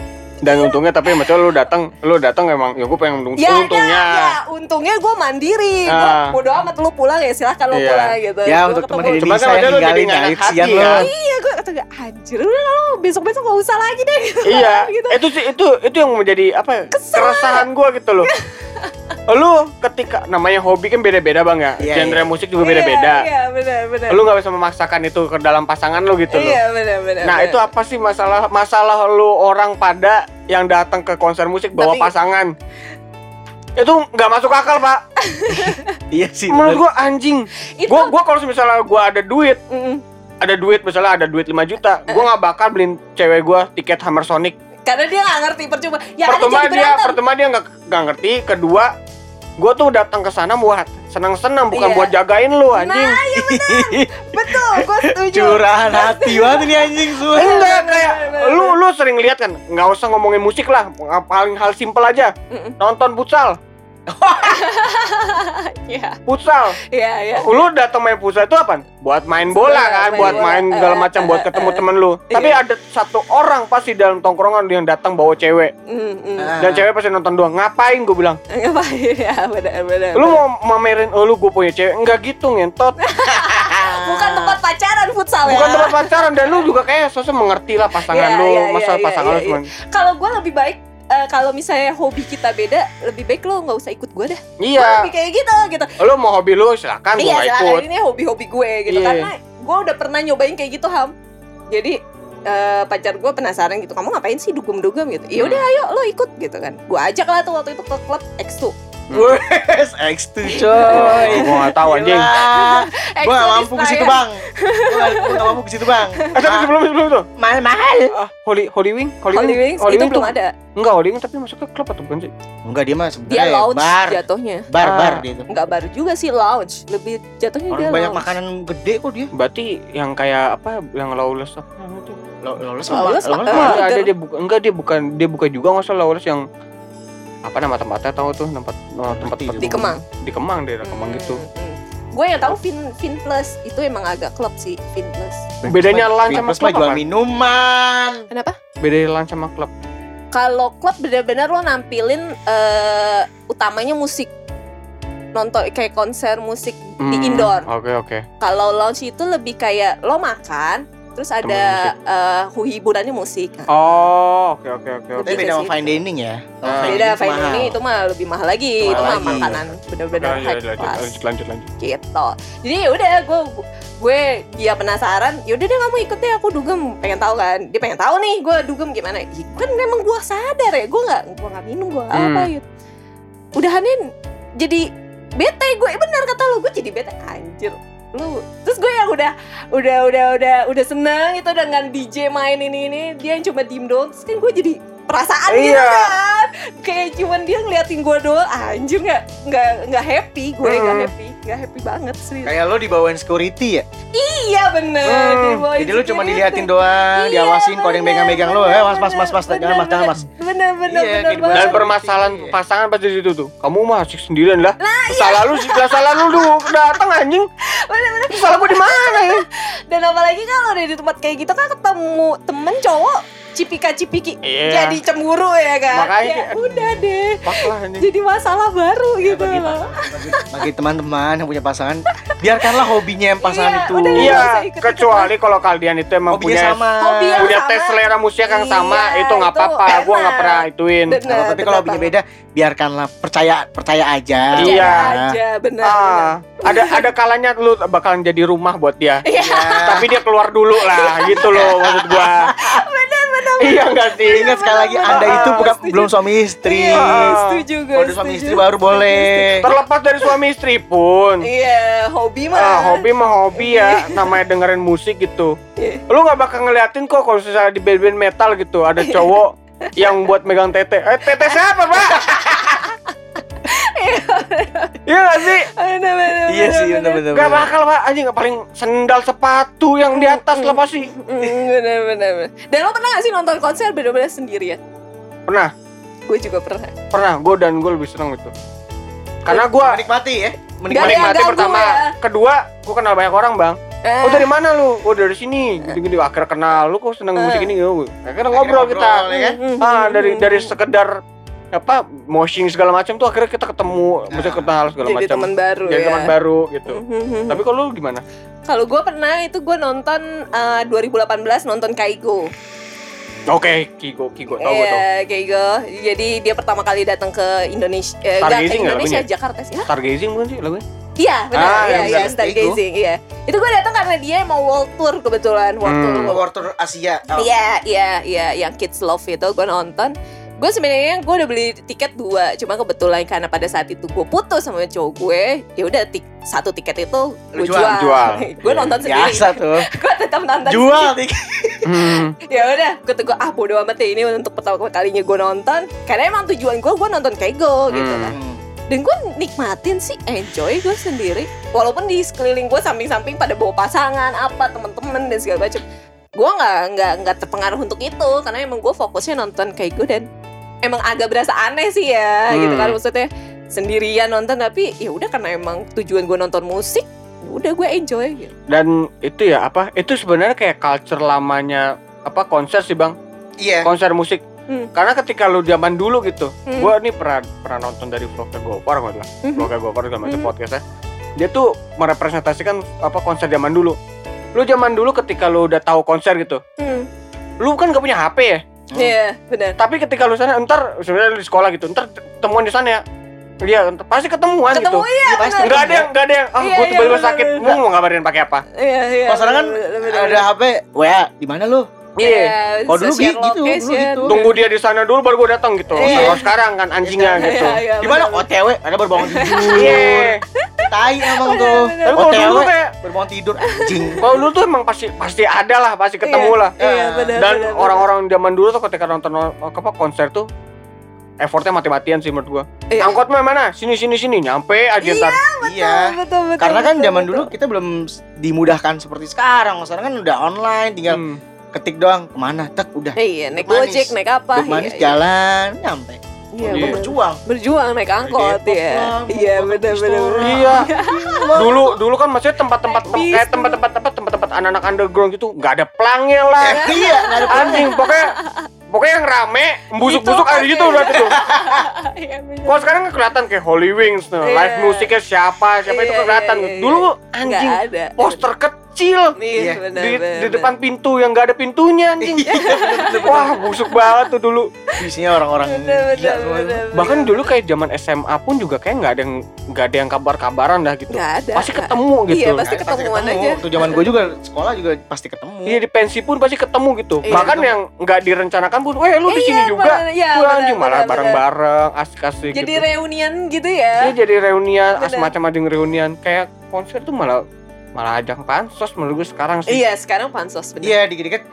Dan untungnya tapi maksudnya lu datang emang ya gue pengen untungnya. Untungnya gue mandiri. Gue bodo amat lu pulang ya silahkan lu pulang gitu. Ya untuk teman Indonesia yang tinggalin ya kesian lu. Iya gue kata anjir lu besok-besok gak usah lagi deh gitu. Iya gitu. Itu yang menjadi apa keresahan gue gitu loh. Lu ketika namanya hobi kan beda-beda bang ya, genre musik juga beda-beda. Iya benar. Lu nggak bisa memaksakan itu ke dalam pasangan lu gitu loh. Iya benar. Nah itu apa sih masalah lu orang pada yang datang ke konser musik bawa pasangan? Itu nggak masuk akal pak. Iya sih. Menurut gua anjing. Gua kalau misalnya gua ada duit, misalnya ada duit 5 juta, gua nggak bakal beliin cewek gua tiket Hammer Sonic. Karena dia nggak ngerti percuma. Pertama dia nggak ngerti. Kedua, gue tuh datang ke sana buat senang-senang, bukan buat jagain lu anjing. Nah, iya benar. Betul, gue setuju. Curahan hati banget nih anjing semua. Enggak kayak lu sering lihat kan, nggak usah ngomongin musik lah, paling hal simpel aja. Nonton futsal. Iya. Futsal. Iya. Lu datang main futsal itu apa? Buat main bola kan, buat main segala macam, buat ketemu temen lu. Tapi ada satu orang pasti dalam tongkrongan yang datang bawa cewek. Dan cewek pasti nonton doang. Ngapain gue bilang? Ngapain ya, benar. Lu mau mamerin lu gue punya cewek? Enggak gitu ngentot. Bukan tempat pacaran futsal ya. Bukan tempat pacaran dan lu juga kayak sosok mengerti lah pasangan lu, masa pasangan lu cuma. Kalau gue lebih baik kalau misalnya hobi kita beda, lebih baik lo nggak usah ikut gue dah. Iya. Lebih kayak gitu. Lo mau hobi lo silakan, gue nggak ikut. Ini hobi-hobi gue gitu karena gue udah pernah nyobain kayak gitu Ham. Jadi pacar gue penasaran gitu, kamu ngapain sih dugem-dugem gitu? Iya udah ayo lo ikut gitu kan. Gue ajak lah tuh waktu itu ke klub X2. Wes, X2 coy. Gue gak tau anjing. Gue gak mampu ke situ bang. Gue gak mampu ke situ bang. Tapi sebelum itu mahal. Holy Wing itu belum ada. Enggak, Holy Wing tapi masuk ke klub atau bukan sih? Enggak, dia mah sebenarnya dia lounge bar. Jatuhnya. Bar dia itu. Enggak bar juga sih, lounge. Lebih jatuhnya dia banyak lounge. makanan gede kok dia. Berarti yang kayak apa? Yang lawless apa itu? Lawless ada dia buka juga nggak usah lawless yang apa nama tempatnya tahu tuh tempat di Kemang. Di Kemang daerah Kemang gitu. Gue yang tahu Fin Plus itu emang agak klub sih Fin Plus. Bedanya lunch sama klub jual minuman. Kenapa? Bedanya lunch sama klub. Kalau klub benar-benar lo nampilin utamanya musik. Nonton kayak konser musik di indoor. Oke. Kalau lounge itu lebih kayak lo makan, terus ada hiburannya musik. Oh, oke. Tapi beda sama fine dining ya. Beda fine dining itu mah lebih mahal lagi. Itu mah makanan benar-benar high class. Lanjut. Gitu. Jadi udah gue dia penasaran, yaudah deh kamu ikut deh, aku dugem, pengen tahu kan. Dia pengen tahu nih gue dugem gimana. Kan memang gue sadar ya, gue nggak minum, gue apa gitu. Udahanin jadi bete gue, benar kata lo, gue jadi bete anjir. Lu terus gue yang udah seneng itu dengan DJ main ini dia yang cuma diem doang, terus kan gue jadi perasaan gitu kan, kayak cuman dia ngeliatin gue doang, anjir nggak happy gue, nggak happy banget sih. Kayak lo dibawain security ya? Iya bener. Jadi lo cuma diliatin doang, diawasin kalau ada yang megang-megang lo, mas, jangan mas. Bener. Dan permasalahan pasangan pasti di situ tuh. Kamu mah asik sendirian lah. Salah lu dulu datang anjing. Bener. Salah gua di mana ya? Dan apalagi kalau udah di tempat kayak gitu kan ketemu temen cowok cipika-cipiki, jadi cemburu ya kan. Makanya ya, udah deh. Jadi masalah baru gitu loh. Bagi teman-teman yang punya pasangan, biarkanlah hobinya yang pasangan itu. Iya, kecuali kalau kalian itu emang punya selera musik yang sama, itu nggak apa-apa. Gua nggak pernah ituin. Tapi kalau hobinya beda, biarkanlah percaya aja. Iya aja, benar. Ada kalanya lu bakalan jadi rumah buat dia. Tapi dia keluar dulu lah, gitu loh maksud gua. Benar. Iya enggak sih? Ingat sekali lagi Anda itu belum suami istri. Setuju gue. Kalau suami istri baru boleh. Terlepas dari suami istri pun. Iya, hobi mah. Hobi ya. Namanya dengerin musik gitu. Lu nggak bakal ngeliatin kok kalau misalnya di band metal gitu ada cowok yang buat megang tete. Tete siapa, Pak? Iya gak sih? Iya sih, bener. Gak bakal Pak, anjing paling sendal sepatu yang di atas lah pasti. Bener. Dan lo pernah gak sih nonton konser bener-bener sendirian? Pernah. Gue juga pernah. Gue lebih seneng itu. Karena gue menikmati pertama. Kedua, gue kenal banyak orang bang. Oh dari mana lu? Oh dari sini. Gini-gini akhirnya kenal. Lu kok seneng musik ini? Akhirnya ngobrol kita. Ya kan? Dari sekedar apa moshing segala macam tuh akhirnya kita ketemu, maksudnya kenal segala macam. Jadi teman baru. Jadi teman baru gitu. Tapi kalau lu gimana? Kalau gue pernah itu gue nonton 2018 nonton Kaigo. Oke, Kigo tahu gue tuh. Kaigo. Jadi dia pertama kali datang ke Indonesia, Indonesia, Jakarta sih. Stargazing bukan sih lagunya? Iya, benar. Stargazing, iya. Itu gue datang karena dia mau world tour kebetulan, world tour Asia. Iya, yang Kids Love itu gue nonton. Gue sebenarnya gue udah beli tiket 2, cuma kebetulan karena pada saat itu gue putus sama cowok gue, ya udah satu tiket itu gue jual. Gue nonton sendiri. Biasa tuh. Gue tetap nonton. Jual tiket. Ya udah, gue bodo amat ya, ini untuk pertama kalinya gue nonton. Karena emang tujuan gue nonton Kaigo gitu kan. Dan gue nikmatin sih, enjoy gue sendiri. Walaupun di sekeliling gue samping-samping pada bawa pasangan, temen-temen dan segala macam. Gue nggak terpengaruh untuk itu karena emang gue fokusnya nonton Kaigo dan emang agak berasa aneh sih ya gitu kan, maksudnya sendirian nonton tapi ya udah karena emang tujuan gue nonton musik, udah gue enjoy gitu. Dan itu ya itu sebenarnya kayak culture lamanya konser sih bang. Iya. Konser musik. Karena ketika lu zaman dulu gitu, gue nih pernah nonton dari vlognya Gopar vlognya Gopar segala macam podcastnya. Dia tuh merepresentasikan konser zaman dulu. Lu zaman dulu ketika lu udah tahu konser gitu, lu kan gak punya HP ya. Iya, benar. Tapi ketika lu sana, ntar sebenarnya di sekolah gitu, ntar temuan di sana ya. Iya, pasti ketemuan gitu. Iya, pasti. Enggak ada yang gue tiba-tiba sakit, mau ngabarin pakai apa? Iya. Masalah kan ada HP, WA, di mana lu? Iya. Kalau dulu gitu. Tunggu dia di sana dulu baru gue datang gitu. Kalau sekarang kan anjingnya gitu. Di mana OTW? Ada baru bangun tidur. Iya. Tai emang tuh. Tapi kalau dulu kayak baru bangun tidur anjing. Kalau dulu tuh emang pasti ada lah, pasti ketemu lah. Iya, benar. Dan orang-orang zaman dulu tuh ketika nonton konser tuh effortnya mati-matian sih menurut gua. Angkot mana? Sini nyampe aja ntar. Iya. Betul. Karena kan zaman dulu kita belum dimudahkan seperti sekarang. Sekarang kan udah online, tinggal ketik doang kemana, udah. Iya, naik Gojek, naik apa? Duk manis jalan, nyampe. Iya, berjuang naik angkot ya. Iya, benar. Iya. Dulu kan maksudnya tempat-tempat anak-anak underground gitu nggak ada pelangnya lah. Iya, nggak ada anjing. Pokoknya yang rame, busuk-busuk ada di situ udah tuh. Kalau sekarang kan kelihatan kayak Holy Wings, live musiknya siapa itu kelihatan. Dulu anjing poster kecil di depan pintu yang nggak ada pintunya anjing. Wah busuk banget tuh dulu. Isinya orang-orang gila. Bahkan dulu kayak zaman SMA pun juga kayak nggak ada yang kabar-kabaran dah gitu. Pasti ketemu gitu. Iya pasti ketemuan aja. Waktu zaman gue juga sekolah juga pasti ketemu. Iya di pensi pun pasti ketemu gitu. Bahkan yang nggak direncanakan pun, lu di sini juga. Anjing malah bareng-bareng, asik-asik. Jadi gitu. reunian gitu ya. Iya jadi reunian, semacam ajang reunian. Kayak konser tuh malah ajang pansos menurut gue sekarang sih. Iya sekarang pansos bener. Iya dikit-dikit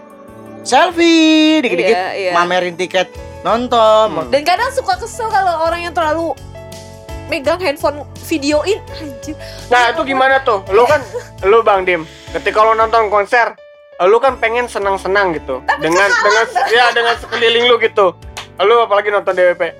selfie, dikit-dikit mamerin tiket nonton. Dan kadang suka kesel kalau orang yang terlalu megang handphone videoin anjir. Nah itu gimana tuh? Lu Bang Dim, ketika lu nonton konser, lu kan pengen senang-senang gitu. Tapi dengan sekeliling lu gitu. Lu apalagi nonton DWP.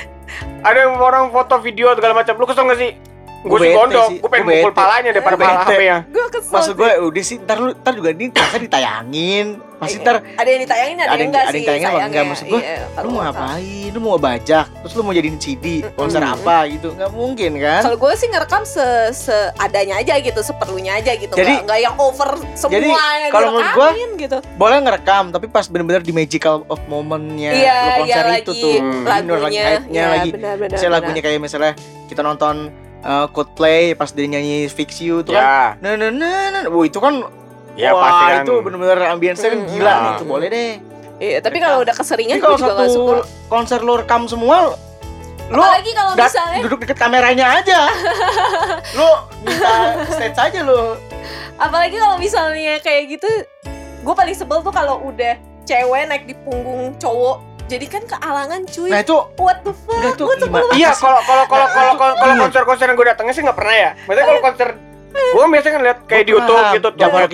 Ada orang foto video segala macam. Lu kesel gak sih? Gue sih gondok, gue pengen mukul palanya daripada pala HP-nya. Gue kesel. Maksud gue udah sih, ntar juga ini masa ditayangin. Pasti ntar ada yang ditayangin, ada yang enggak sih. Ada yang ditayangin apa enggak, maksud gue lu mau ngapain? Lu mau bajak, terus lu mau jadiin CD konser apa gitu. Nggak mungkin kan. Kalau gue sih ngerekam seadanya aja gitu, seperlunya aja gitu. Jadi, nggak yang over semua jadi, yang kalau menurut gue gitu. Boleh ngerekam, tapi pas bener-bener di magical of moment-nya lu konser itu tuh. Lagunya, lagi misalnya lagunya kayak misalnya kita nonton Coldplay pas dia nyanyi Fix You tuh kan. Itu kan ya, pasti kan. Itu bener-bener ambience kan gila nih, itu boleh deh. Iya, tapi kalau udah keseringan gue juga gak suka. Konser lu rekam semua, lu apalagi kalau misalnya duduk deket kameranya aja. Lu minta stage aja lu. Apalagi kalau misalnya kayak gitu, gue paling sebel tuh kalau udah cewek naik di punggung cowok. Jadi kan kealangan cuy. Nah itu what the fuck? Iya, kalau konser-konser yang gue datengnya sih nggak pernah ya. Maksudnya kalau konser gue biasanya kan lihat kayak di YouTube gitu,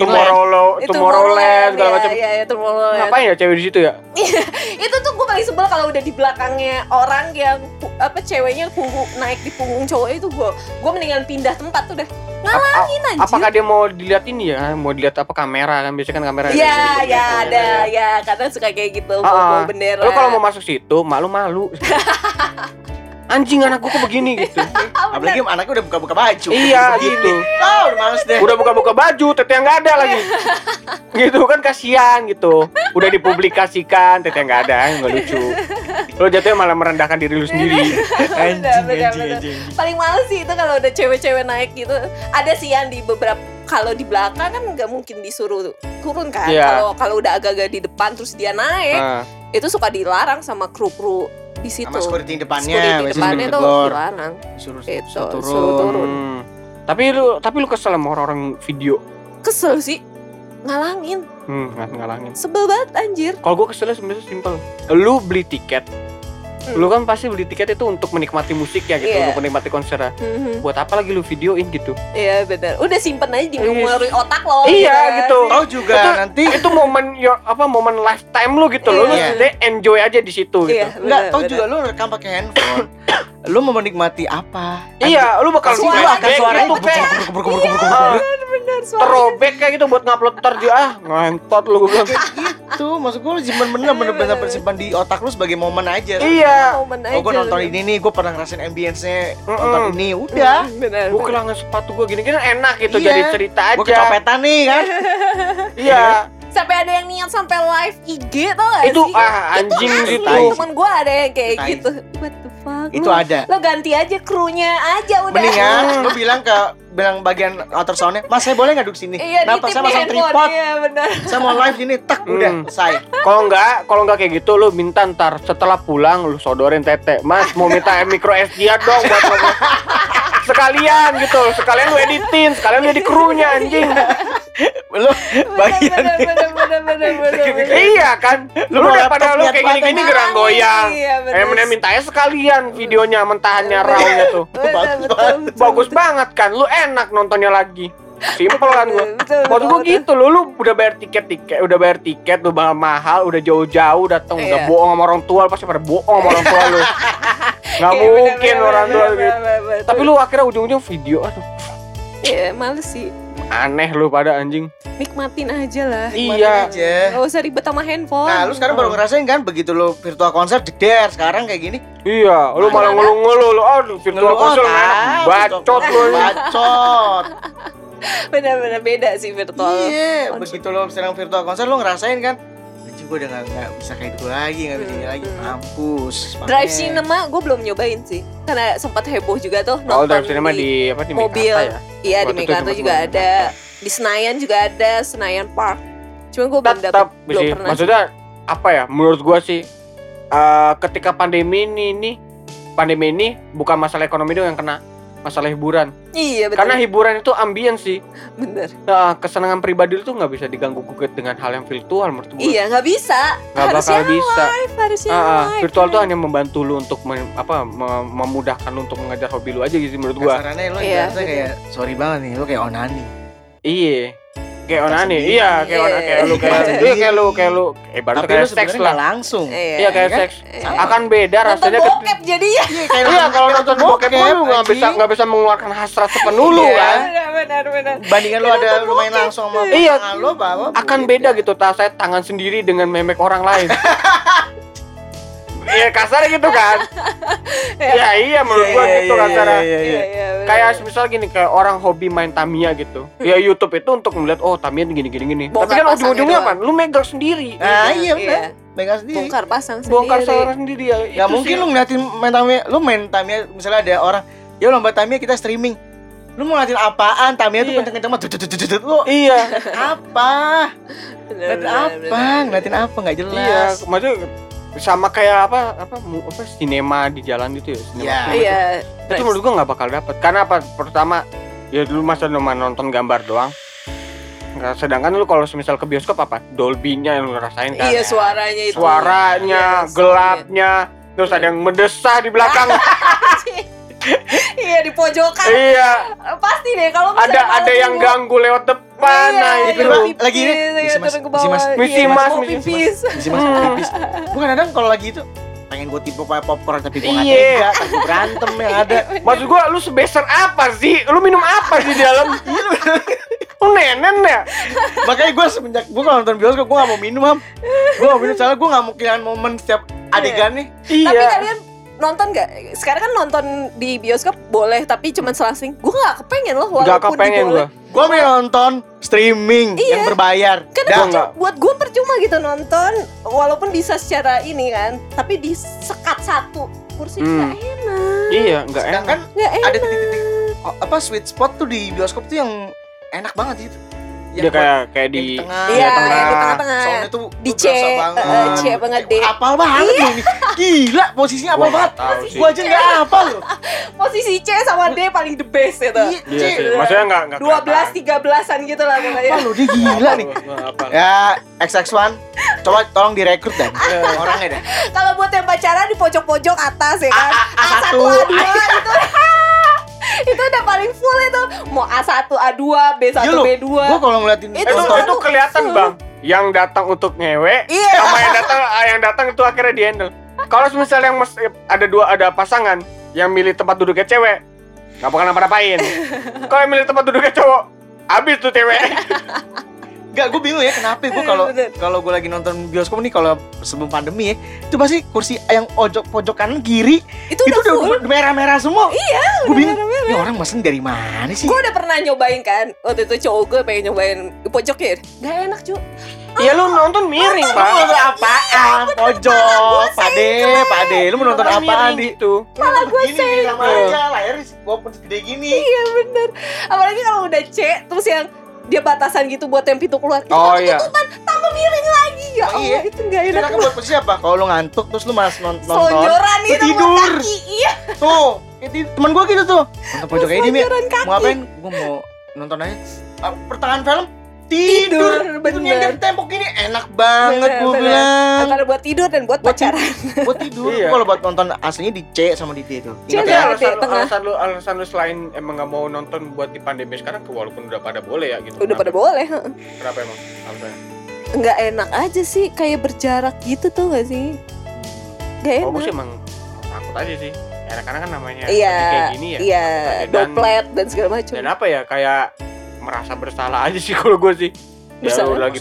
Tomorrowland segala macam. Iya, Tomorrowland. Ngapain ya cewek di situ ya? Itu tuh gue paling sebel kalau udah di belakangnya orang yang ceweknya naik di punggung cowok itu, gue mendingan pindah tempat tuh dah. Ngalangin anjir. Apakah dia mau dilihat ini ya? Mau dilihat apa kamera kan? Biasanya kan kamera. Iya, ya ada ya, kadang suka kayak gitu, bawa bendera. Lu kalau mau masuk situ malu-malu. Anjing anak gua kok begini gitu. Apalagi anaknya udah buka-buka baju. Iya gitu. Oh, udah males deh. Udah buka-buka baju, tete yang nggak ada lagi. Gitu kan kasihan gitu. Udah dipublikasikan, tete yang nggak ada, nggak lucu. Lo jatuhnya malah merendahkan diri lu sendiri. Anjing. Paling males sih itu kalau udah cewek-cewek naik gitu. Ada sih yang di beberapa, kalau di belakang kan nggak mungkin disuruh turun kan. Kalau udah agak-agak di depan terus dia naik, itu suka dilarang sama kru di situ. Sama security depannya, tuh dilarang. Suruh turun. Tapi lu kesel sama orang-orang video. Kesel sih. Ngalangin. Ngalangin. Sebel banget anjir. Kalau gue keselnya sebenarnya simpel. Lu beli tiket. Lu kan pasti beli tiket itu untuk menikmati musik ya gitu, untuk menikmati konser. Buat apa lagi lu videoin gitu? Iya benar. Udah simpen aja di memori otak lo. Iya gitu. Tahu juga nanti itu momen momen lifetime lu gitu loh. Lu enjoy aja di situ gitu. Enggak, tahu juga lu rekam pakai handphone. Lu mau menikmati apa? Iya, lu bakal akan suaranya gitu kayak terobek kayak gitu buat ngupload ntar dia ngentot lu bilang. Gitu, maksud gue lu simpen bener-bener simpan di otak lu sebagai momen aja. Iya. Oh, gue nonton ini nih, gue pernah ngerasain ambience-nya nonton ini, udah. Gue kehilangan sepatu gue gini-gini enak gitu, jadi cerita aja. Gue kecopetan nih kan. Iya. Sampai ada yang niat sampai live IG tau gak itu, sih? Anjing gitu. Temen gue ada yang kayak gitu. What the fuck? Itu ada. Lo ganti aja krunya aja udah. Mendingan lo bilang bagian ultrasoundnya, Mas saya boleh nggak duduk sini? Iya, kenapa saya masang tripod? Iya benar. Saya mau live gini, tak udah selesai. Kalau nggak kayak gitu, lo minta ntar setelah pulang lo sodorin tete. Mas mau minta micro SD dong buat lo. Sekalian gitu, sekalian lu editin, sekalian lu jadi krunya anjing. Lu bagian bener. Iya kan, lu daripada lu kayak gini-gini gerang goyang. Iya, mintanya sekalian videonya mentahannya rawnya tuh. Bagus banget kan, lu enak nontonnya lagi. Simpel kan gua. Waktu gua gitu lu udah bayar tiket, udah mahal, udah jauh-jauh datang, udah bohong sama orang tua, pasti pada bohong sama orang tua lu. Nggak mungkin orang tua gitu. Tapi lu akhirnya ujung-ujung video, aduh. Iya, males sih. Aneh lu pada anjing. Nikmatin aja lah. Iya. Gak usah ribet sama handphone. Nah, lu sekarang baru ngerasain kan begitu lu virtual konser jeder sekarang kayak gini. Iya, lu malah ngeluh-ngeluh lu. Aduh, virtual konser enak. Bacot lu. Bacot. Bener-bener beda sih virtual. Iya, begitu lo sedang virtual konser lo ngerasain kan, anjing gue udah gak bisa kayak dulu lagi, gak bisa lagi, mampus. Drive cinema gue belum nyobain sih, karena sempat heboh juga tuh nonton drive cinema di mobil. Mekarta ya? Iya di Mekarta juga ada, di Senayan juga ada, Senayan Park. Cuma gue belum pernah. Maksudnya apa ya? Menurut gue sih, ketika pandemi ini bukan masalah ekonomi doang yang kena, masalah hiburan. Iya betul. Karena hiburan itu ambience sih. Bener. Nah, kesenangan pribadi lu tuh nggak bisa diganggu gugat dengan hal yang virtual menurut gue. Iya nggak bisa. Nggak bakal bisa. Harusnya live. Virtual tuh hanya membantu lu untuk memudahkan lu untuk mengejar hobi lu aja gitu menurut gue. Kasarannya lu kayak sorry banget nih, lu kayak onani. Iya. Kayak onani, iya kayak lu ibaratnya kayak seks lah langsung. Iya kayak seks. Akan beda rasanya bokep jadinya. Iya kalau nonton bokep lu nggak bisa mengeluarkan hasrat sepenuh lu kan. Benar. Bandingan lu ada lumayan langsung sama tangan lu akan beda gitu. Saya tangan sendiri dengan memek orang lain. Iya kasar gitu kan. Iya menurut gua gitu kasarnya. Kayak misal gini, kayak orang hobi main Tamiya gitu. Ya YouTube itu untuk melihat Tamiya gini. Tapi kan ujung-ujungnya apa? Lu megang sendiri. Nah iya benar. Megang sendiri. Bongkar pasang sendiri ya. Gak mungkin lu ngeliatin main Tamiya, misalnya ada orang, ya lomba Tamiya kita streaming. Lu mau ngeliatin apaan? Tamiya tuh kenceng-kenceng mah lu. Iya. Apa? Ngeliatin apa? Nggak jelas. Iya, maksudnya sama kayak apa sinema di jalan gitu ya. Iya. Itu menurut gua nggak bakal dapet. Karena apa? Pertama, ya dulu masa cuma nonton gambar doang. Sedangkan lu kalau semisal ke bioskop apa? Dolby-nya yang lu rasain kan. Iya, suaranya itu. Gelapnya, terus ada yang mendesah di belakang. Iya di pojokan. Iya. Pasti deh kalau ada yang ganggu lewat depan. Nah itu lagi ini misi mas. Bukan kadang kalau lagi itu pengen pengen gue tipe kayak popcorn tapi gue nggak tega, tapi berantem yang ada. Maksud gue lu sebesar apa sih? Lu minum apa sih di dalam? Lu nenen ya? Makanya gue semenjak gue kalau nonton bioskop gue gak mau minum, Ham. Gue gak minum soalnya gue gak mau kehilangan momen setiap adegan nih. Tapi kalian nonton gak? Sekarang kan nonton di bioskop boleh, tapi cuma selang-seling. Gue gak kepengen loh walaupun gak kepengen gue. Gue mau nonton streaming yang berbayar. Karena buat gue percuma gitu nonton, walaupun bisa secara ini kan, tapi disekat satu kursi gak enak. Iya, gak enak. Sedangkan ada titik-titik sweet spot tuh di bioskop tuh yang enak banget gitu. Dia kayak di tengah, di tengah-tengah. Soalnya tuh di C banget deh. Apal banget ini. Gila, posisinya apal banget. Gua aja enggak apal loh. Posisi C sama D paling the best itu. Iya sih. Maksudnya enggak 12-13an gitu lah pokoknya. Apal loh, dia gila nih. Ya, XX1 coba tolong direkrut dan orangnya deh. Kalau buat yang pacaran di pojok-pojok atas ya kan. A1 A2 itu. Itu udah paling full itu. Mau A1, A2, B1, B2. Gua kalau ngeliatin itu kelihatan Bang, yang datang untuk ngewe sama yang datang itu akhirnya di-handle. Kalau misalnya yang ada pasangan yang milih tempat duduknya cewek, enggak bakal ngapa-ngapain. Kalau yang milih tempat duduknya cowok, habis tuh cewek. Gak, gue bingung ya kenapa gue kalau gue lagi nonton bioskop nih kalau sebelum pandemi ya, itu pasti kursi yang pojok kanan kiri itu udah merah-merah semua. Iya, gue bingung. Ini orang mesen dari mana sih? Gue udah pernah nyobain kan. Waktu itu cowok gue pengen nyobain di pojoknya. Gak enak cu. Iya lu nonton miring Bang. Nonton apaan? Pojok. Pade. Lu mau nonton apaan di itu? Malah gue sih sama aja layar gue pun segede gini. Iya bener. Apalagi kalau udah C terus yang dia batasan gitu buat yang pintu keluar. Iya. Tutupan tambah miring lagi. Ya Allah, itu enggak enak. Itu buat posisi apa? Kalau lu ngantuk terus lu malas nonton. Sonjoran itu tidur. Iya. Tuh, temen gua gitu tuh. Nonton pojok ini Mi. Mau ngapain? Gua mau nonton aja. Pertengahan film tidur. Bener. Tembok ini enak banget gua bilang. Antara buat tidur dan buat pacaran. Buat tidur. Kalau buat nonton aslinya di C sama di D tuh. Alasan lu selain emang gak mau nonton buat di pandemi sekarang, walaupun udah pada boleh ya gitu. Udah pada boleh. Kenapa emang? Alasannya? Nggak enak aja sih, kayak berjarak gitu tuh gak sih? Gak enak. Gue sih emang takut aja sih. Karena kan namanya kayak gini ya. Iya, doplet dan segala macam. Dan apa ya, kayak merasa bersalah aja sih kalau gue sih. Ya,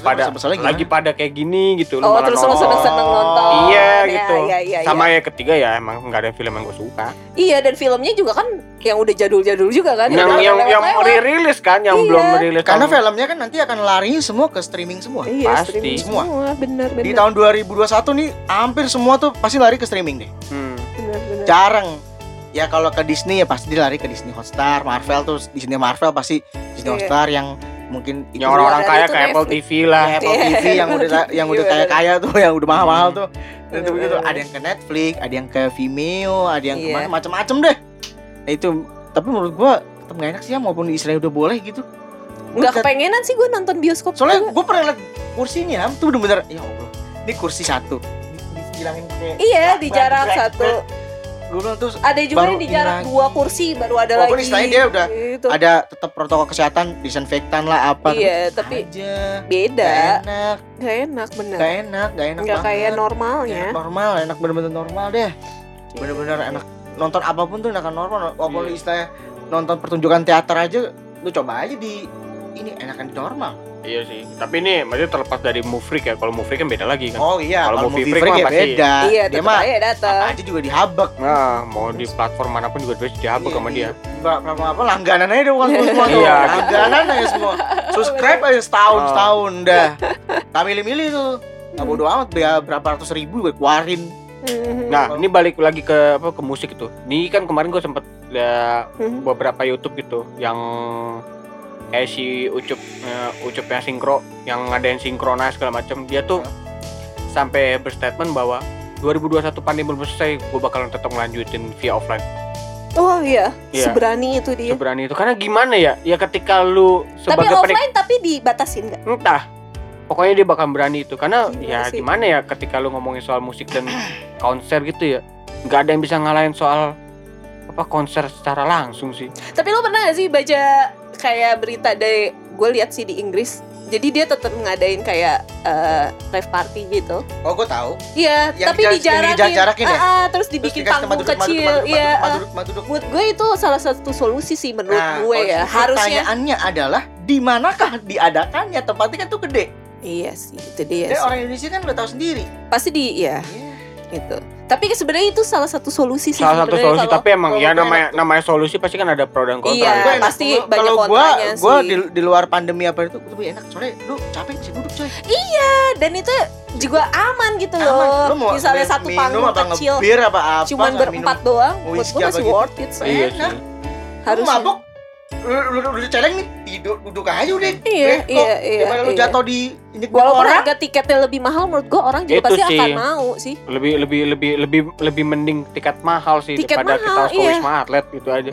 lagi pada kayak gini gitu. Terus lo seneng nonton. Iya gitu. Iya. Sama yang ketiga ya emang nggak ada film yang gue suka. Iya, dan filmnya juga kan yang udah jadul-jadul juga kan. Yang rilis kan, yang belum rilis. Karena filmnya kan nanti akan lari semua ke streaming semua. Iya, pasti streaming semua. Bener. Di tahun 2021 nih hampir semua tuh pasti lari ke streaming deh. Bener. Jarang. Ya kalau ke Disney ya pasti lari ke Disney Hotstar, Marvel tuh Disney Marvel pasti Disney Hotstar yang mungkin yang orang-orang kaya kayak Apple TV lah. Apple TV yang udah kaya tuh, yang udah mahal-mahal tuh. Dan itu begitu, ada yang ke Netflix, ada yang ke Vimeo, ada yang kemana macam-macam deh. Nah itu, tapi menurut gua tetap nggak enak sih ya, maupun di Israel udah boleh gitu. Nggak kepengenan sih gua nonton bioskop. Soalnya gua pernah liat kursinya, tuh bener-bener ya Allah, ini kursi satu, dibilangin kayak. Iya, di jarak satu. Gue bilang tuh ada juga yang di jarak 2 kursi baru ada lagi. Walaupun istilahnya dia udah gitu. Ada tetap protokol kesehatan, disinfektan lah apa. Iya, tapi aja. Beda. Gak enak bener. Gak enak Gak kayak normalnya. Enak bener-bener normal deh. Bener-bener enak. Nonton apapun tuh enakan normal. Walaupun istilahnya nonton pertunjukan teater aja, lu coba aja di ini enakan di normal. Iya sih, tapi ini maksudnya terlepas dari Move Freak ya. Kalau Move Freak kan beda lagi kan. Oh iya, kalau Movie Freak ya beda. Iya, dia mah apa aja juga dihabek. Nah, mau di platform manapun juga dihabek sama dia. Apa langganan aja bukan semua tuh. Iya, langganan aja semua. Subscribe aja setahun dah. Tak milih-milih tuh. Nggak bodo amat berapa ratus ribu gue keluarin. Nah, ini balik lagi ke musik itu. Ini kan kemarin gue sempet lihat beberapa YouTube gitu yang kayak si Ucupnya Sinkro yang ngadain sinkronis segala macam. Dia tuh sampai berstatement bahwa 2021 pandemi belum selesai, gue bakalan tetap ngelanjutin via offline. Oh iya. Seberani itu dia. Seberani itu karena gimana ya? Ya ketika lu sebagai tapi offline tapi dibatasin nggak? Entah. Pokoknya dia bakal berani itu karena gimana ya ketika lu ngomongin soal musik dan konser gitu ya, nggak ada yang bisa ngalahin soal konser secara langsung sih. Tapi lu pernah nggak sih baca kayak berita dari gue lihat sih di Inggris Jadi dia tetap ngadain kayak rave party gitu. Oh, gue tahu. Iya, tapi dijarakin ya. Terus dibikin panggung kecil. Iya. Menurut gue itu salah satu solusi sih menurut gue ya. Harusnya. Pertanyaannya adalah di manakah diadakannya? Tempatnya kan tuh gede. Iya sih, itu dia. Orang Indonesia kan udah tahu sendiri. Pasti gitu. Tapi sebenarnya itu salah satu solusi sih. Salah satu solusi, tapi emang ya namanya solusi pasti kan ada pro dan kontra. Iya, pasti banyak kontranya sih. Gue di luar pandemi apa itu lebih enak. Soalnya lu capek sih duduk coy. Iya, dan itu juga aman gitu loh. Misalnya satu panggung kecil, cuman berempat doang, buat gue masih worth it sih. Iya sih. Harus mabuk. Lu celeng nih, duduk aja udah. Iya. Lu jatuh di walaupun harga tiketnya lebih mahal, menurut gue orang juga pasti akan mau sih. Lebih mending tiket mahal sih tiket daripada mahal, kita harus ke Wisma Atlet gitu aja.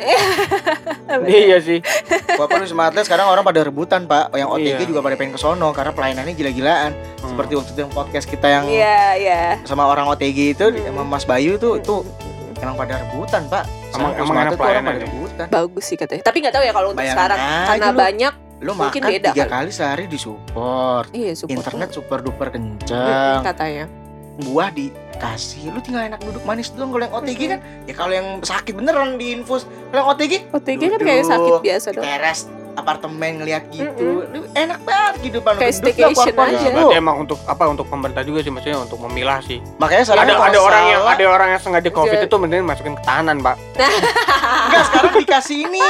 Iya sih. Walaupun Wisma Atlet sekarang orang pada rebutan, Pak. Yang OTG juga pada pengen ke sono karena pelayanannya gila-gilaan. Seperti waktu itu yang podcast kita yang sama orang OTG itu sama Mas Bayu itu emang pada rebutan, Pak. Emang enak pelayanannya. Bagus sih katanya. Tapi nggak tahu ya kalau untuk sekarang karena banyak lu mungkin makan beda 3 kali sehari disupport. Iya, support. Internet super duper kenceng. Katanya. Buah dikasih, lu tinggal enak duduk manis doang. Kalau yang OTG kan, ya kalau yang sakit beneran diinfus. Kalau yang OTG kan kayak sakit biasa doang. Teras apartemen ngeliat gitu, enak banget kehidupan. Kayak staycation aja. Berarti emang untuk pemerintah juga sih, maksudnya untuk memilah sih. Makanya ada orang yang sengaja COVID itu mending masukin ke tahanan, Pak. Enggak, sekarang dikasih ini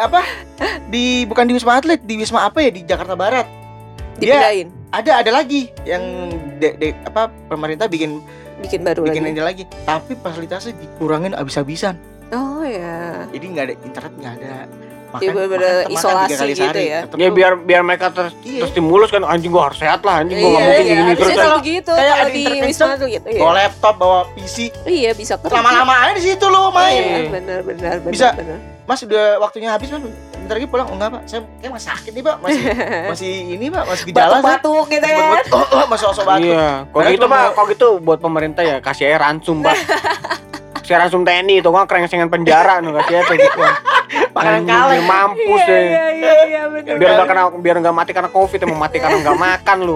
bukan di Wisma Atlet, di Wisma apa ya, di Jakarta Barat. Dipindahin. Ada lagi yang pemerintah bikin baru ini lagi, tapi fasilitasnya dikurangin abis-abisan. Oh ya. Jadi nggak ada internet, nggak ada. Makan isolasi gitu ya. Ya biar mereka terstimulus kan, anjing gua harus sehat lah, anjing gua enggak mungkin gini terus. Kalau begitu, kalau di Wisma tuh gitu ya. Bawa laptop, bawa PC. Iya, bisa kerja. Lama-lama aja di situ lo main. Benar. Bisa. Mas udah waktunya habis, Mas. Bentar lagi pulang. Enggak, Pak. Saya kayak masih sakit nih, Pak. Masih ini, Pak. Masih gejala. Batuk gitu ya. Masih osok batuk. Iya. Kalau gitu buat pemerintah ya kasih aja ransum, Pak. Kasih ransum TNI itu kan krengsengan penjara nih kasih aja gitu. Makanan kaleng. Mampus deh. Iya, benar. Biar enggak mati karena Covid, mau mati karena enggak makan lu.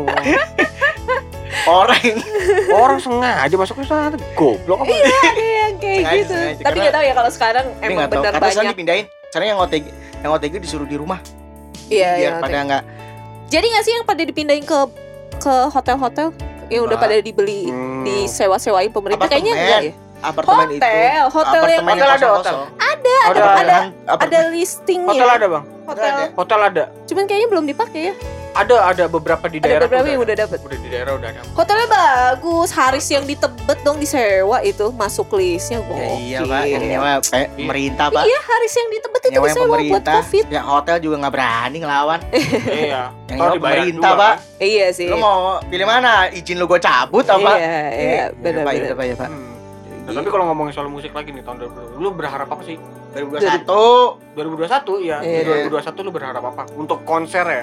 Orang sengaja masuk ke sana, goblok apa? Iya, kayak gitu. Tapi enggak tahu ya kalau sekarang emang benar banyak. Katanya dipindahin. Caranya yang OTG disuruh di rumah. Iya, biar pada enggak. Jadi enggak sih yang pada dipindahin ke hotel-hotel yang udah pada dibeli, disewa-sewain pemerintah? Kayaknya enggak ya. Apartemen hotel ada listingnya. Hotel ada, Bang. Hotel ada. Cuman kayaknya belum dipakai ya. Ada beberapa di daerah. Ada beberapa yang udah dapat. Udah di daerah udah ada. Hotelnya bagus, Haris yang di Tebet dong disewa itu masuk listnya. Iya, Pak. Yang nyewa kayak pemerintah, Pak. Iya, Haris yang di Tebet itu disewa buat Covid. Ya hotel juga nggak berani ngelawan. Iya. Yang nyewa pemerintah, Pak. Iya sih. Lu mau pilih mana? Izin lu gue cabut apa? Iya, benar. Ya, Pak. Nah, tapi kalau ngomongin soal musik lagi nih tahun 2020, lu berharap apa sih? 2021 ya. 2021 lu berharap apa untuk konser ya?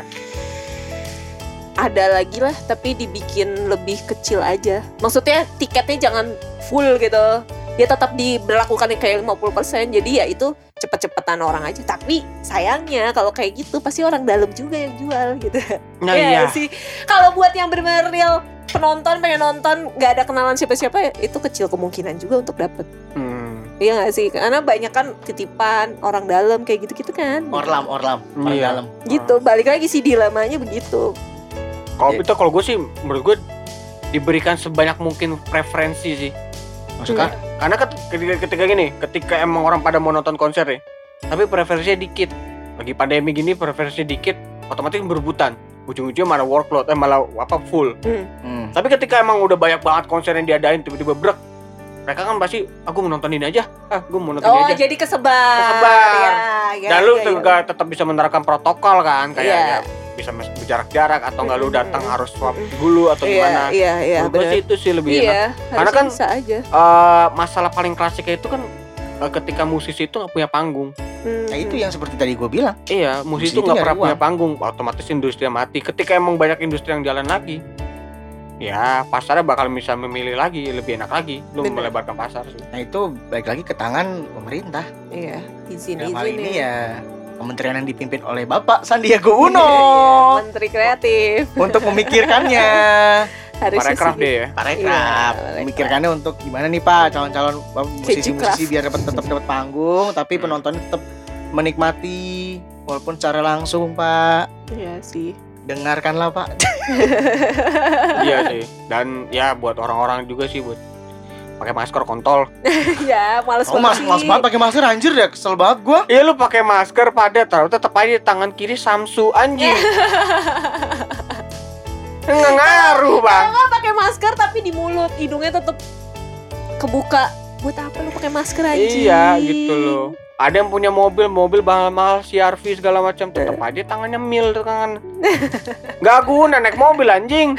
Ada lagi lah, tapi dibikin lebih kecil aja. Maksudnya tiketnya jangan full gitu. Dia tetap diberlakukan kayak 50%. Jadi ya itu cepet-cepetan orang aja. Tapi sayangnya kalau kayak gitu pasti orang dalam juga yang jual gitu. Nah, iya sih. Kalau buat yang benar-benar real penonton pengen nonton nggak ada kenalan siapa-siapa ya, itu kecil kemungkinan juga untuk dapet. Iya nggak sih, karena banyak kan titipan orang dalam kayak gitu-gitu kan. Orlam orang dalam. Gitu, balik lagi sih dilemanya begitu. Kalau gue sih menurut gue diberikan sebanyak mungkin preferensi sih. Maksudnya karena ketika emang orang pada mau nonton konser ya, tapi preferensinya dikit. Lagi pandemi gini preferensinya dikit, otomatis berebutan. Ujung-ujungnya malah workload, malah full. Tapi ketika emang udah banyak banget konser yang diadain tiba-tiba brek, mereka kan pasti aku mau nonton ini aja. Gue mau nonton ini aja. Oh, jadi kesebar. Ya, dan lu juga tetap bisa menerapkan protokol kan, kayak bisa berjarak-jarak atau enggak lu datang harus swab dulu atau gimana. Iya, benar. Sih itu sih lebih enak. Karena kan masalah paling klasiknya itu kan ketika musisi itu nggak punya panggung. Nah itu yang seperti tadi gue bilang. Iya, musisi itu nggak pernah punya panggung, otomatis industri mati. Ketika emang banyak industri yang jalan lagi, ya pasarnya bakal bisa memilih lagi, lebih enak lagi, lu melebarkan pasar sih. Nah itu balik lagi ke tangan pemerintah. Iya, izin ini ya kementerian yang dipimpin oleh Bapak Sandiaga Uno. Menteri Kreatif. Untuk memikirkannya. Parekraf deh ya. Parekraf. Memikirkannya untuk gimana nih Pak calon-calon musisi-musisi biar tetap dapat panggung, tapi penontonnya tetap menikmati walaupun secara langsung Pak. Iya sih. Dengarkanlah Pak. Iya sih. Dan ya buat orang-orang juga sih buat pakai masker kontol. Ya, males banget pakai masker anjir ya, kesel banget gua. Iya lu pakai masker pada taruh tetap aja tangan kiri Samsu anjing. Nggak ngaruh bang. Nggak pakai masker tapi di mulut, hidungnya tetap kebuka. Buat apa lu pakai masker anjing? Iya gitu loh. Ada yang punya mobil mahal-mahal CR-V segala macam, tetap aja tangannya mil tangan. Nggak guna naik mobil anjing.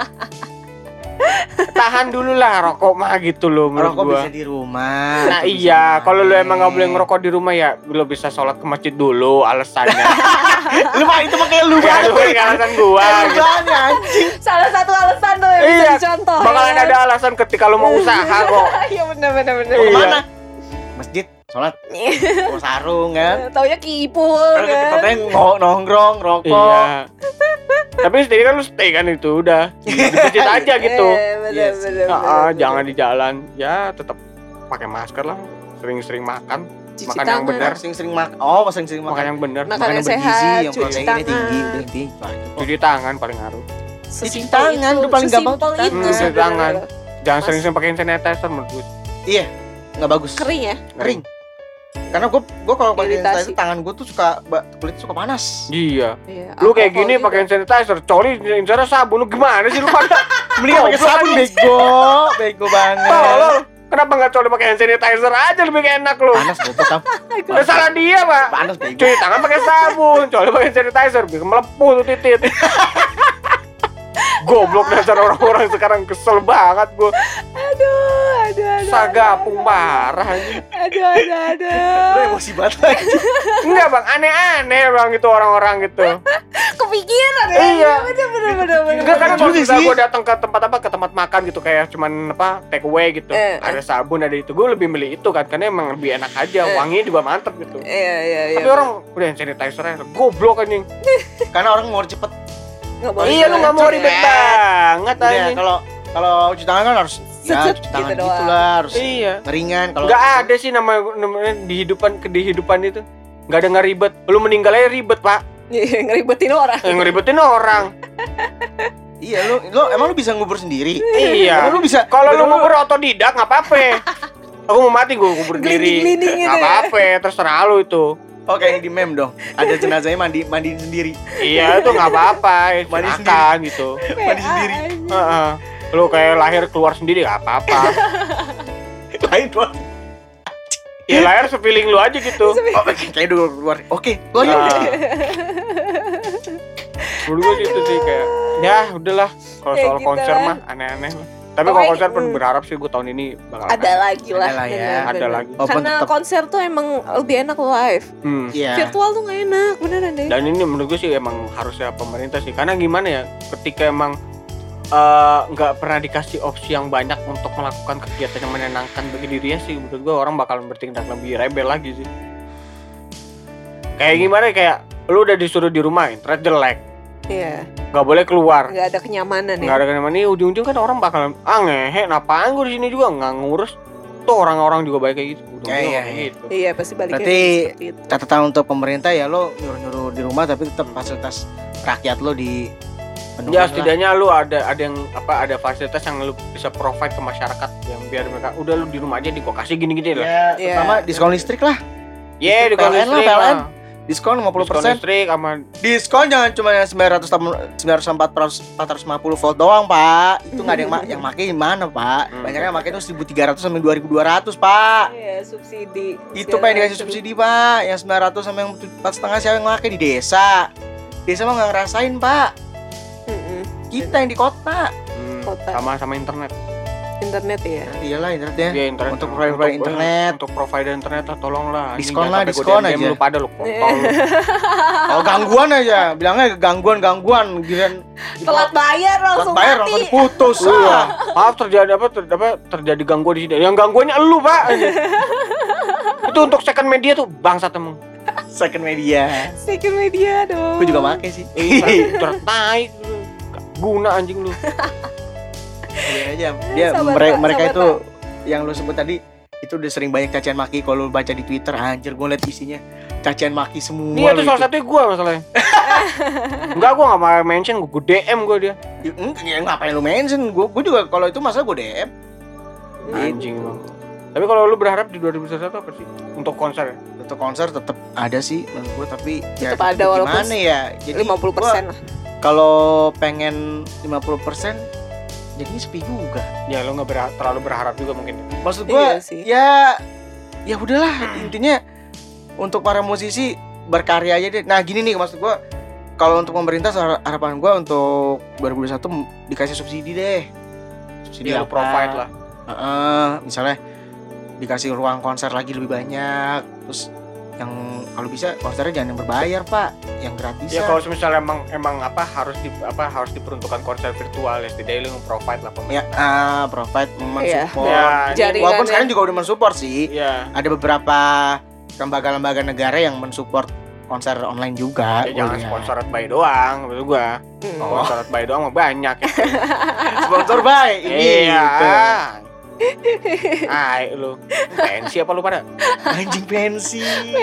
Tahan dulu lah rokok mah gitu loh menurut rokok gua. Bisa di rumah. Nah iya, kalau lu emang nggak boleh ngerokok di rumah ya, lu bisa sholat ke masjid dulu alasannya. Lu mah itu pakai lu Ya itu banget. alasan gua. Gitu. Anjing. Salah satu alasan tuh yang Iya, bisa dicontoh. bakalan ada alasan ketika lu mau usaha kok. Iya benar. Mau kemana? Masjid, sholat, mau sarung kan. Taunya kipul kan. Katanya nongkrong, rokok. Iya. Tapi sendiri kan lu stay kan itu udah di masjid aja gitu. Bener. Jangan di jalan. Ya tetap pakai masker lah. Sering-sering makan. Cuci Makan yang tangan. benar. Sering-sering sering-sering Makan yang benar. Makan yang yang bergizi, sehat, yang cuci proteinnya tinggi, tangan. tinggi. Cuci tangan paling ngaruh. Cuci tangan, itu paling gampang Sesimpel cuci itu tangan. Cuci tangan. sebenarnya. Jangan sering-sering pakai sanitizer menurut gue. Iya, nggak bagus. Kering ya? Kering. Karena gue kalau pakai Iritasi. sanitizer tangan gue tuh kulit suka panas. Iya. Iya. Lu kayak alkohol gini juga. pakai sanitizer, coli incara sabun lu gimana sih lu pada? Mending pakai sabun bego banget. Tolol. Kenapa nggak coli pakai hand sanitizer aja lebih enak lu? Panas betul kan? Udah salah dia, Pak. Panas bego. Cuci tangan pakai sabun, coli pakai hand sanitizer biar melepuh tuh titit. Goblok dasar orang-orang sekarang, kesel banget gua. Aduh. Sagapung parah anjing. Aduh. Lu emosi banget lagi. Enggak, Bang. Aneh-aneh Bang itu orang-orang gitu. Kepikiran ya? Iya. Bener. Enggak, karena kalau juga misalnya sih. gue datang ke ke tempat makan gitu kayak cuman take away gitu. Ada sabun, ada itu. Gue lebih milih itu kan karena emang lebih enak aja, wanginya juga mantep gitu. Iya. Tapi orang udah hand sanitizer aja, goblok anjing. Karena orang mau cepet. Nggak boleh Iya, lu enggak mau ribet banget Udah, anjing. kalau cuci tangan kan harus Set-set cuci tangan gitu gitu doang. lah, harus Iya. ringan. Kalau Enggak ada sih namanya di hidupan itu. Enggak ada nggak ribet. Lu meninggal aja ribet, Pak. Iya, ngeribetin orang. Yang ngeribetin orang. Iya, lu emang lu bisa ngubur sendiri. Iya. Emang lu bisa. Kalau lu ngubur otodidak nggak apa-apa. Aku mau mati gue kubur diri. Glinding-glinding gitu Nggak ya. apa-apa, terserah lu itu. Oke, yang di meme dong. Ada jenazahnya mandiin sendiri. Iya itu nggak apa-apa, Mandi silakan gitu. Mandi sendiri. Heeh. Lu kayak lahir keluar sendiri nggak apa-apa. Lain doang. Ya lahir sepiling lu aja gitu. Oh, kayak dulu keluar. Oke, keluar yuk. Nah. Dulu gue gitu sih kayak ya udahlah kalau Ya soal gitu konser lah. mah aneh-aneh lah. Tapi kalau Pokoknya, konser pun berharap sih gue tahun ini bakal Ada lagi lah. Ada lah ya. bener, Ada bener. lagi. Walaupun Karena tetap- konser tuh emang lebih enak live. Iya. Virtual tuh nggak enak, beneran deh. Dan ini menurut gue sih emang harusnya pemerintah sih, karena gimana ya, ketika emang nggak pernah dikasih opsi yang banyak untuk melakukan kegiatan yang menyenangkan bagi dirinya sih, menurut gue orang bakal bertindak lebih rebel lagi sih. Kayak gimana, kayak lu udah disuruh di rumah, internet jelek, Iya, nggak boleh keluar, nggak ada kenyamanan nggak ya. ada kemana, nih ujung-ujung kan orang bakal ngehe, napaan gue di sini juga nggak ngurus. Tuh orang-orang juga baik kayak gitu, ujung-ujung Iya, kayak iya. gitu. Iya, pasti baliknya Berarti seperti itu. catatan untuk pemerintah ya, lo nyuruh-nyuruh di rumah tapi tetap fasilitas rakyat lo di penuhi Ya lah. setidaknya lu ada yang ada fasilitas yang lu bisa provide ke masyarakat yang biar mereka udah lu di rumah aja di gua kasih gini-gini lah. Ya, Iya. pertama diskon listrik lah. Iya, di PLN lah, listrik PLN. lah. Diskon 50%. Diskon listrik sama Diskon jangan cuma yang 450 volt doang, Pak. Itu enggak ada yang make mana, Pak? Banyaknya yang make itu 1.300 sampai 2.200, Pak. Iya, subsidi. Itu Pak yang dikasih subsidi, Pak. Yang 900 sampai yang 4,5 siapa yang make di desa. Desa mah enggak ngerasain, Pak. Kita yang di kota. Kota. sama internet. Internet ya. Iyalah internetnya. Iya, internet. Untuk provider internet. Untuk provider internet lah, tolonglah. Anjing, Diskon jangan lah, sampai diskon godain game aja. Lu pada lu kontol. lu. Kalau gangguan aja, bilangnya gangguan, giliran Telat bayar langsung bayar mati. langsung putus. Iya. Maaf terjadi gangguan di sini. Yang gangguannya elu, Pak. Itu untuk second media tuh bangsat emang. Second media dong. Gue juga pakai sih. Tertaik guna anjing lu. Aja. Dia mereka itu yang lu sebut tadi itu udah sering banyak cacian maki. Kalau lu baca di Twitter, anjir gue liat isinya cacian maki semua. Dia tuh salah satunya gue masalahnya. Enggak, gue nggak mau mention, gue DM gue dia. Ya ngapain lu mention? Gue juga kalau itu masalah gue DM. Anjing lu. Tapi kalau lu berharap di 2021 apa sih untuk konser? Untuk konser tetap ada sih menurut gue, tapi ya tetap ada walaupun gimana ya? Jadi 50% lah. Kalau pengen 50% jadi sepi juga. Ya lu nggak terlalu berharap juga mungkin. Maksud gue ya udahlah, intinya untuk para musisi berkarya aja deh. Nah gini nih maksud gue, kalau untuk pemerintah harapan gue untuk 2021 dikasih subsidi deh. Subsidi ya, provide lah. Misalnya dikasih ruang konser lagi lebih banyak. Terus yang kalau bisa konsernya jangan yang berbayar pak, yang gratis. Ya kalau misalnya emang harus diperuntukkan konser virtual ya, setidaknya lu provide lah pemerintah. Ya provide mensupport. Ya, walaupun sekarang juga udah mensupport sih. Ya. Ada beberapa lembaga-lembaga negara yang mensupport konser online juga. Ya, jangan sponsored by doang, maksud gua. Sponsored by doang mah banyak ya. Sponsor by ini. Iya. Ay, lu pensi apa lu pada? Anjing pensi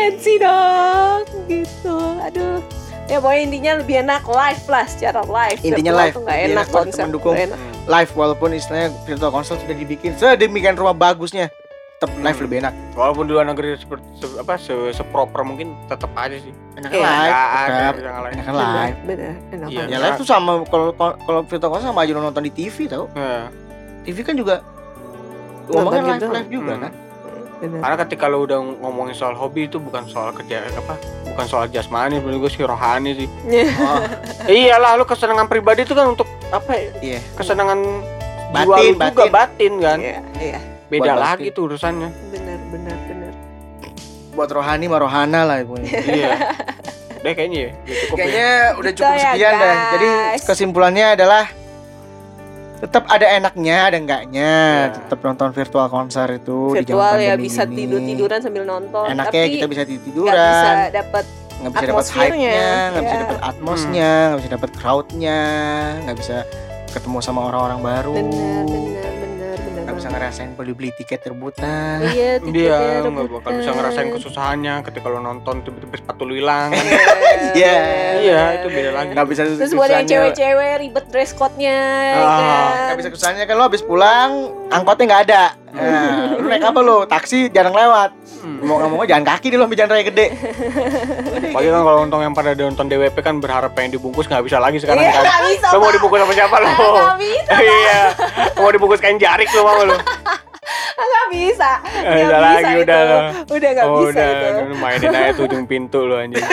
dong gitu. Aduh. Ya pokoknya intinya lebih enak live lah, secara live. Intinya live. Nggak enak konser. Mendukung live walaupun istilahnya virtual konser sudah dibikin sedemikian rupa bagusnya, tetap live lebih enak. Walaupun di luar negeri seproper mungkin tetap aja sih. Enak live. Enak live. Bener. Enak. Ya live tuh sama kalau virtual konser sama aja nonton di TV tau. TV kan juga ngomongin live juga kan. Bener. Karena ketika lo udah ngomongin soal hobi itu bukan soal kerja bukan soal jasmani, menurut gue sih rohani sih. Iyalah, lu kesenangan pribadi itu kan untuk apa ya? Kesenangan batin kan. Iya. Beda lagi tuh urusannya. Bener. Buat rohani mah rohana lah ibunya. Iya. Udah kayaknya ya. Kayaknya udah cukup sekian dah. Jadi kesimpulannya adalah tetap ada enaknya, ada enggaknya. Tetap nonton virtual konser itu virtual ya, bisa tiduran sambil nonton. Enaknya tapi kita bisa tiduran. Nggak bisa dapat hype-nya, nggak bisa dapat atmosnya, nggak bisa dapat crowd-nya, nggak bisa ketemu sama orang-orang baru. Bener. Nggak bisa ngerasain beli tiket rebutan. Iya, nggak bakal bisa ngerasain kesusahannya ketika lo nonton tiba-tiba sepatu lo hilang. Iya, itu beda lagi. Nggak bisa. Terus buat yang cewek-cewek ribet dress code-nya. Nggak bisa kesusahannya kan lo habis pulang angkotnya nggak ada. Nah, lu naik apa lo? Taksi jarang lewat. Mau nggak mau jalan kaki deh lo sampai jalan raya gede. Pagi kan kalau nonton yang pada nonton DWP kan berharap pengen dibungkus, nggak bisa lagi sekarang kan. Lo mau dibungkus sama siapa lo? Nggak bisa. Iya. Mau dibungkus kain jarik lo mau lo? Nggak bisa. Udah lagi udah lo. Udah nggak bisa itu. Udah mainin aja tuh ujung pintu lo anjing.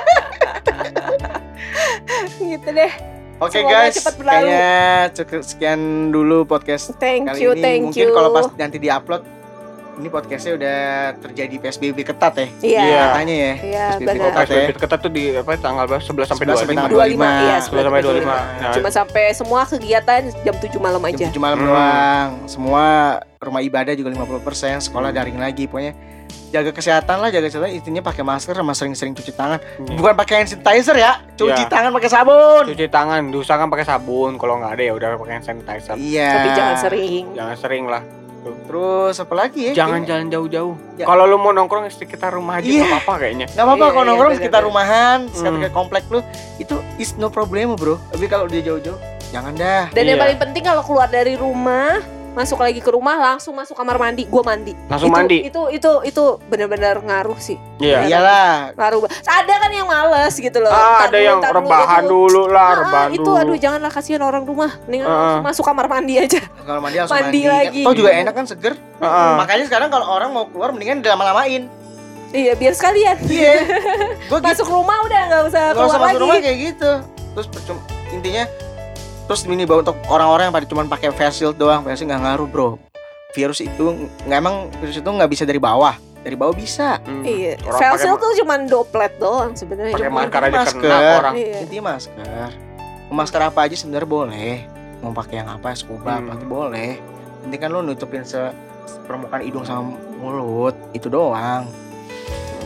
Gitu deh. Oke guys, kayaknya cukup sekian dulu podcast kali ini. Mungkin kalau pas nanti diupload, ini podcastnya udah terjadi PSBB ketat ya. Iya. Katanya ya. Iya, PSBB ketat tuh di tanggal 11 sampai 25. 25 ya, 11 sampai 25. Nah, cuma sampai semua kegiatan jam 7 malam aja. Jam 7 malam doang. Semua rumah ibadah juga 50%, sekolah daring lagi. Pokoknya jaga kesehatan lah, intinya pakai masker sama sering-sering cuci tangan. Bukan pakai hand sanitizer ya, cuci tangan pakai sabun. Cuci tangan, diusahakan pakai sabun. Kalau nggak ada ya udah pakai hand sanitizer. Iya. Tapi jangan sering lah. Terus apa lagi ya? Jangan jalan jauh-jauh. Kalau lu mau nongkrong di sekitar rumah aja nggak apa-apa kayaknya. Nggak apa-apa kalau nongkrong sekitar rumahan, sekitar komplek lu itu is no problem bro. Tapi kalau dia jauh-jauh, jangan dah. Dan yang paling penting kalau keluar dari rumah, masuk lagi ke rumah langsung masuk kamar mandi. Gua mandi. Langsung mandi. Itu benar-benar ngaruh sih. Iya. Iyalah. Ngaruh. Ada kan yang males gitu loh. Ada yang rebahan dulu lah, rebahan itu aduh janganlah, kasihan orang rumah. Mendingan masuk kamar mandi aja. Kamar mandi langsung mandi lagi. Toh juga enak kan, seger. Makanya sekarang kalau orang mau keluar mendingan lama-lamain. Iya, biar sekalian. Iya. Masuk rumah udah enggak usah keluar lagi. Enggak usah masuk rumah kayak gitu. Terus intinya ini bahwa untuk orang-orang yang pada cuma pakai face shield doang, face shield nggak ngaruh bro. Virus itu nggak bisa dari bawah bisa. Iya. Face shield tuh cuma droplet doang sebenarnya. Pakai masker aja kena orang. Intinya masker. Masker apa aja sebenarnya boleh. Mau pakai yang apa, scuba apa tuh boleh. Penting kan lo nutupin permukaan hidung sama mulut itu doang.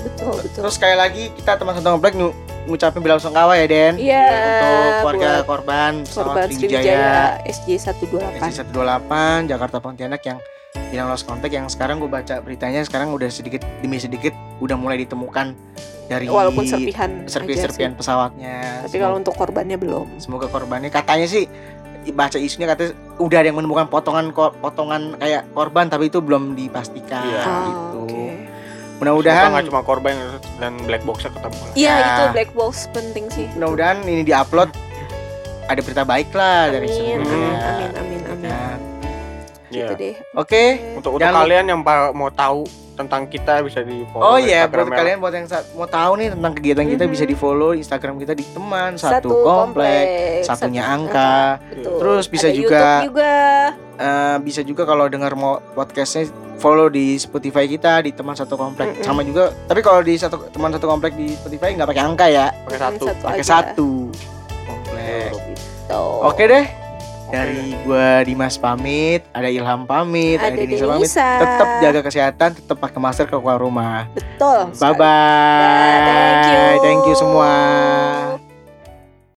Betul. Terus sekali lagi kita teman satu komplek ngucapin belasungkawa ya Den. Iya. Untuk keluarga korban pesawat Sriwijaya SJ128 Jakarta Pontianak yang hilang lost contact, yang sekarang gue baca beritanya sekarang udah sedikit demi sedikit udah mulai ditemukan dari walaupun serpihan pesawatnya. Tapi kalau untuk korbannya belum. Semoga korbannya, katanya sih baca isunya katanya udah ada yang menemukan potongan kayak korban tapi itu belum dipastikan gitu. Okay. Mudah-mudahan nggak cuma korban dan black box-nya ketemu. Iya, itu black box penting sih. Mudah-mudahan ini diupload ada berita baik lah dari sebenarnya. Amin. Gitu deh. Oke. Untuk kalian yang mau tahu tentang kita bisa di follow. Oh iya, buat kalian buat yang mau tahu nih tentang kegiatan kita bisa di follow Instagram kita di teman satu komplek, satunya angka. Betul. Terus bisa ada juga YouTube juga. Bisa juga kalau dengar mau podcastnya follow di Spotify kita di teman satu komplek. Sama juga, tapi kalau di teman satu komplek di Spotify nggak pakai angka ya, pakai satu komplek. Gitu. Oke deh. Dari gua Dimas pamit, ada Ilham pamit, ada Denisa pamit. Tetap jaga kesehatan, tetap pakai masker kalau keluar rumah. Betul. Bye bye. Thank you semua.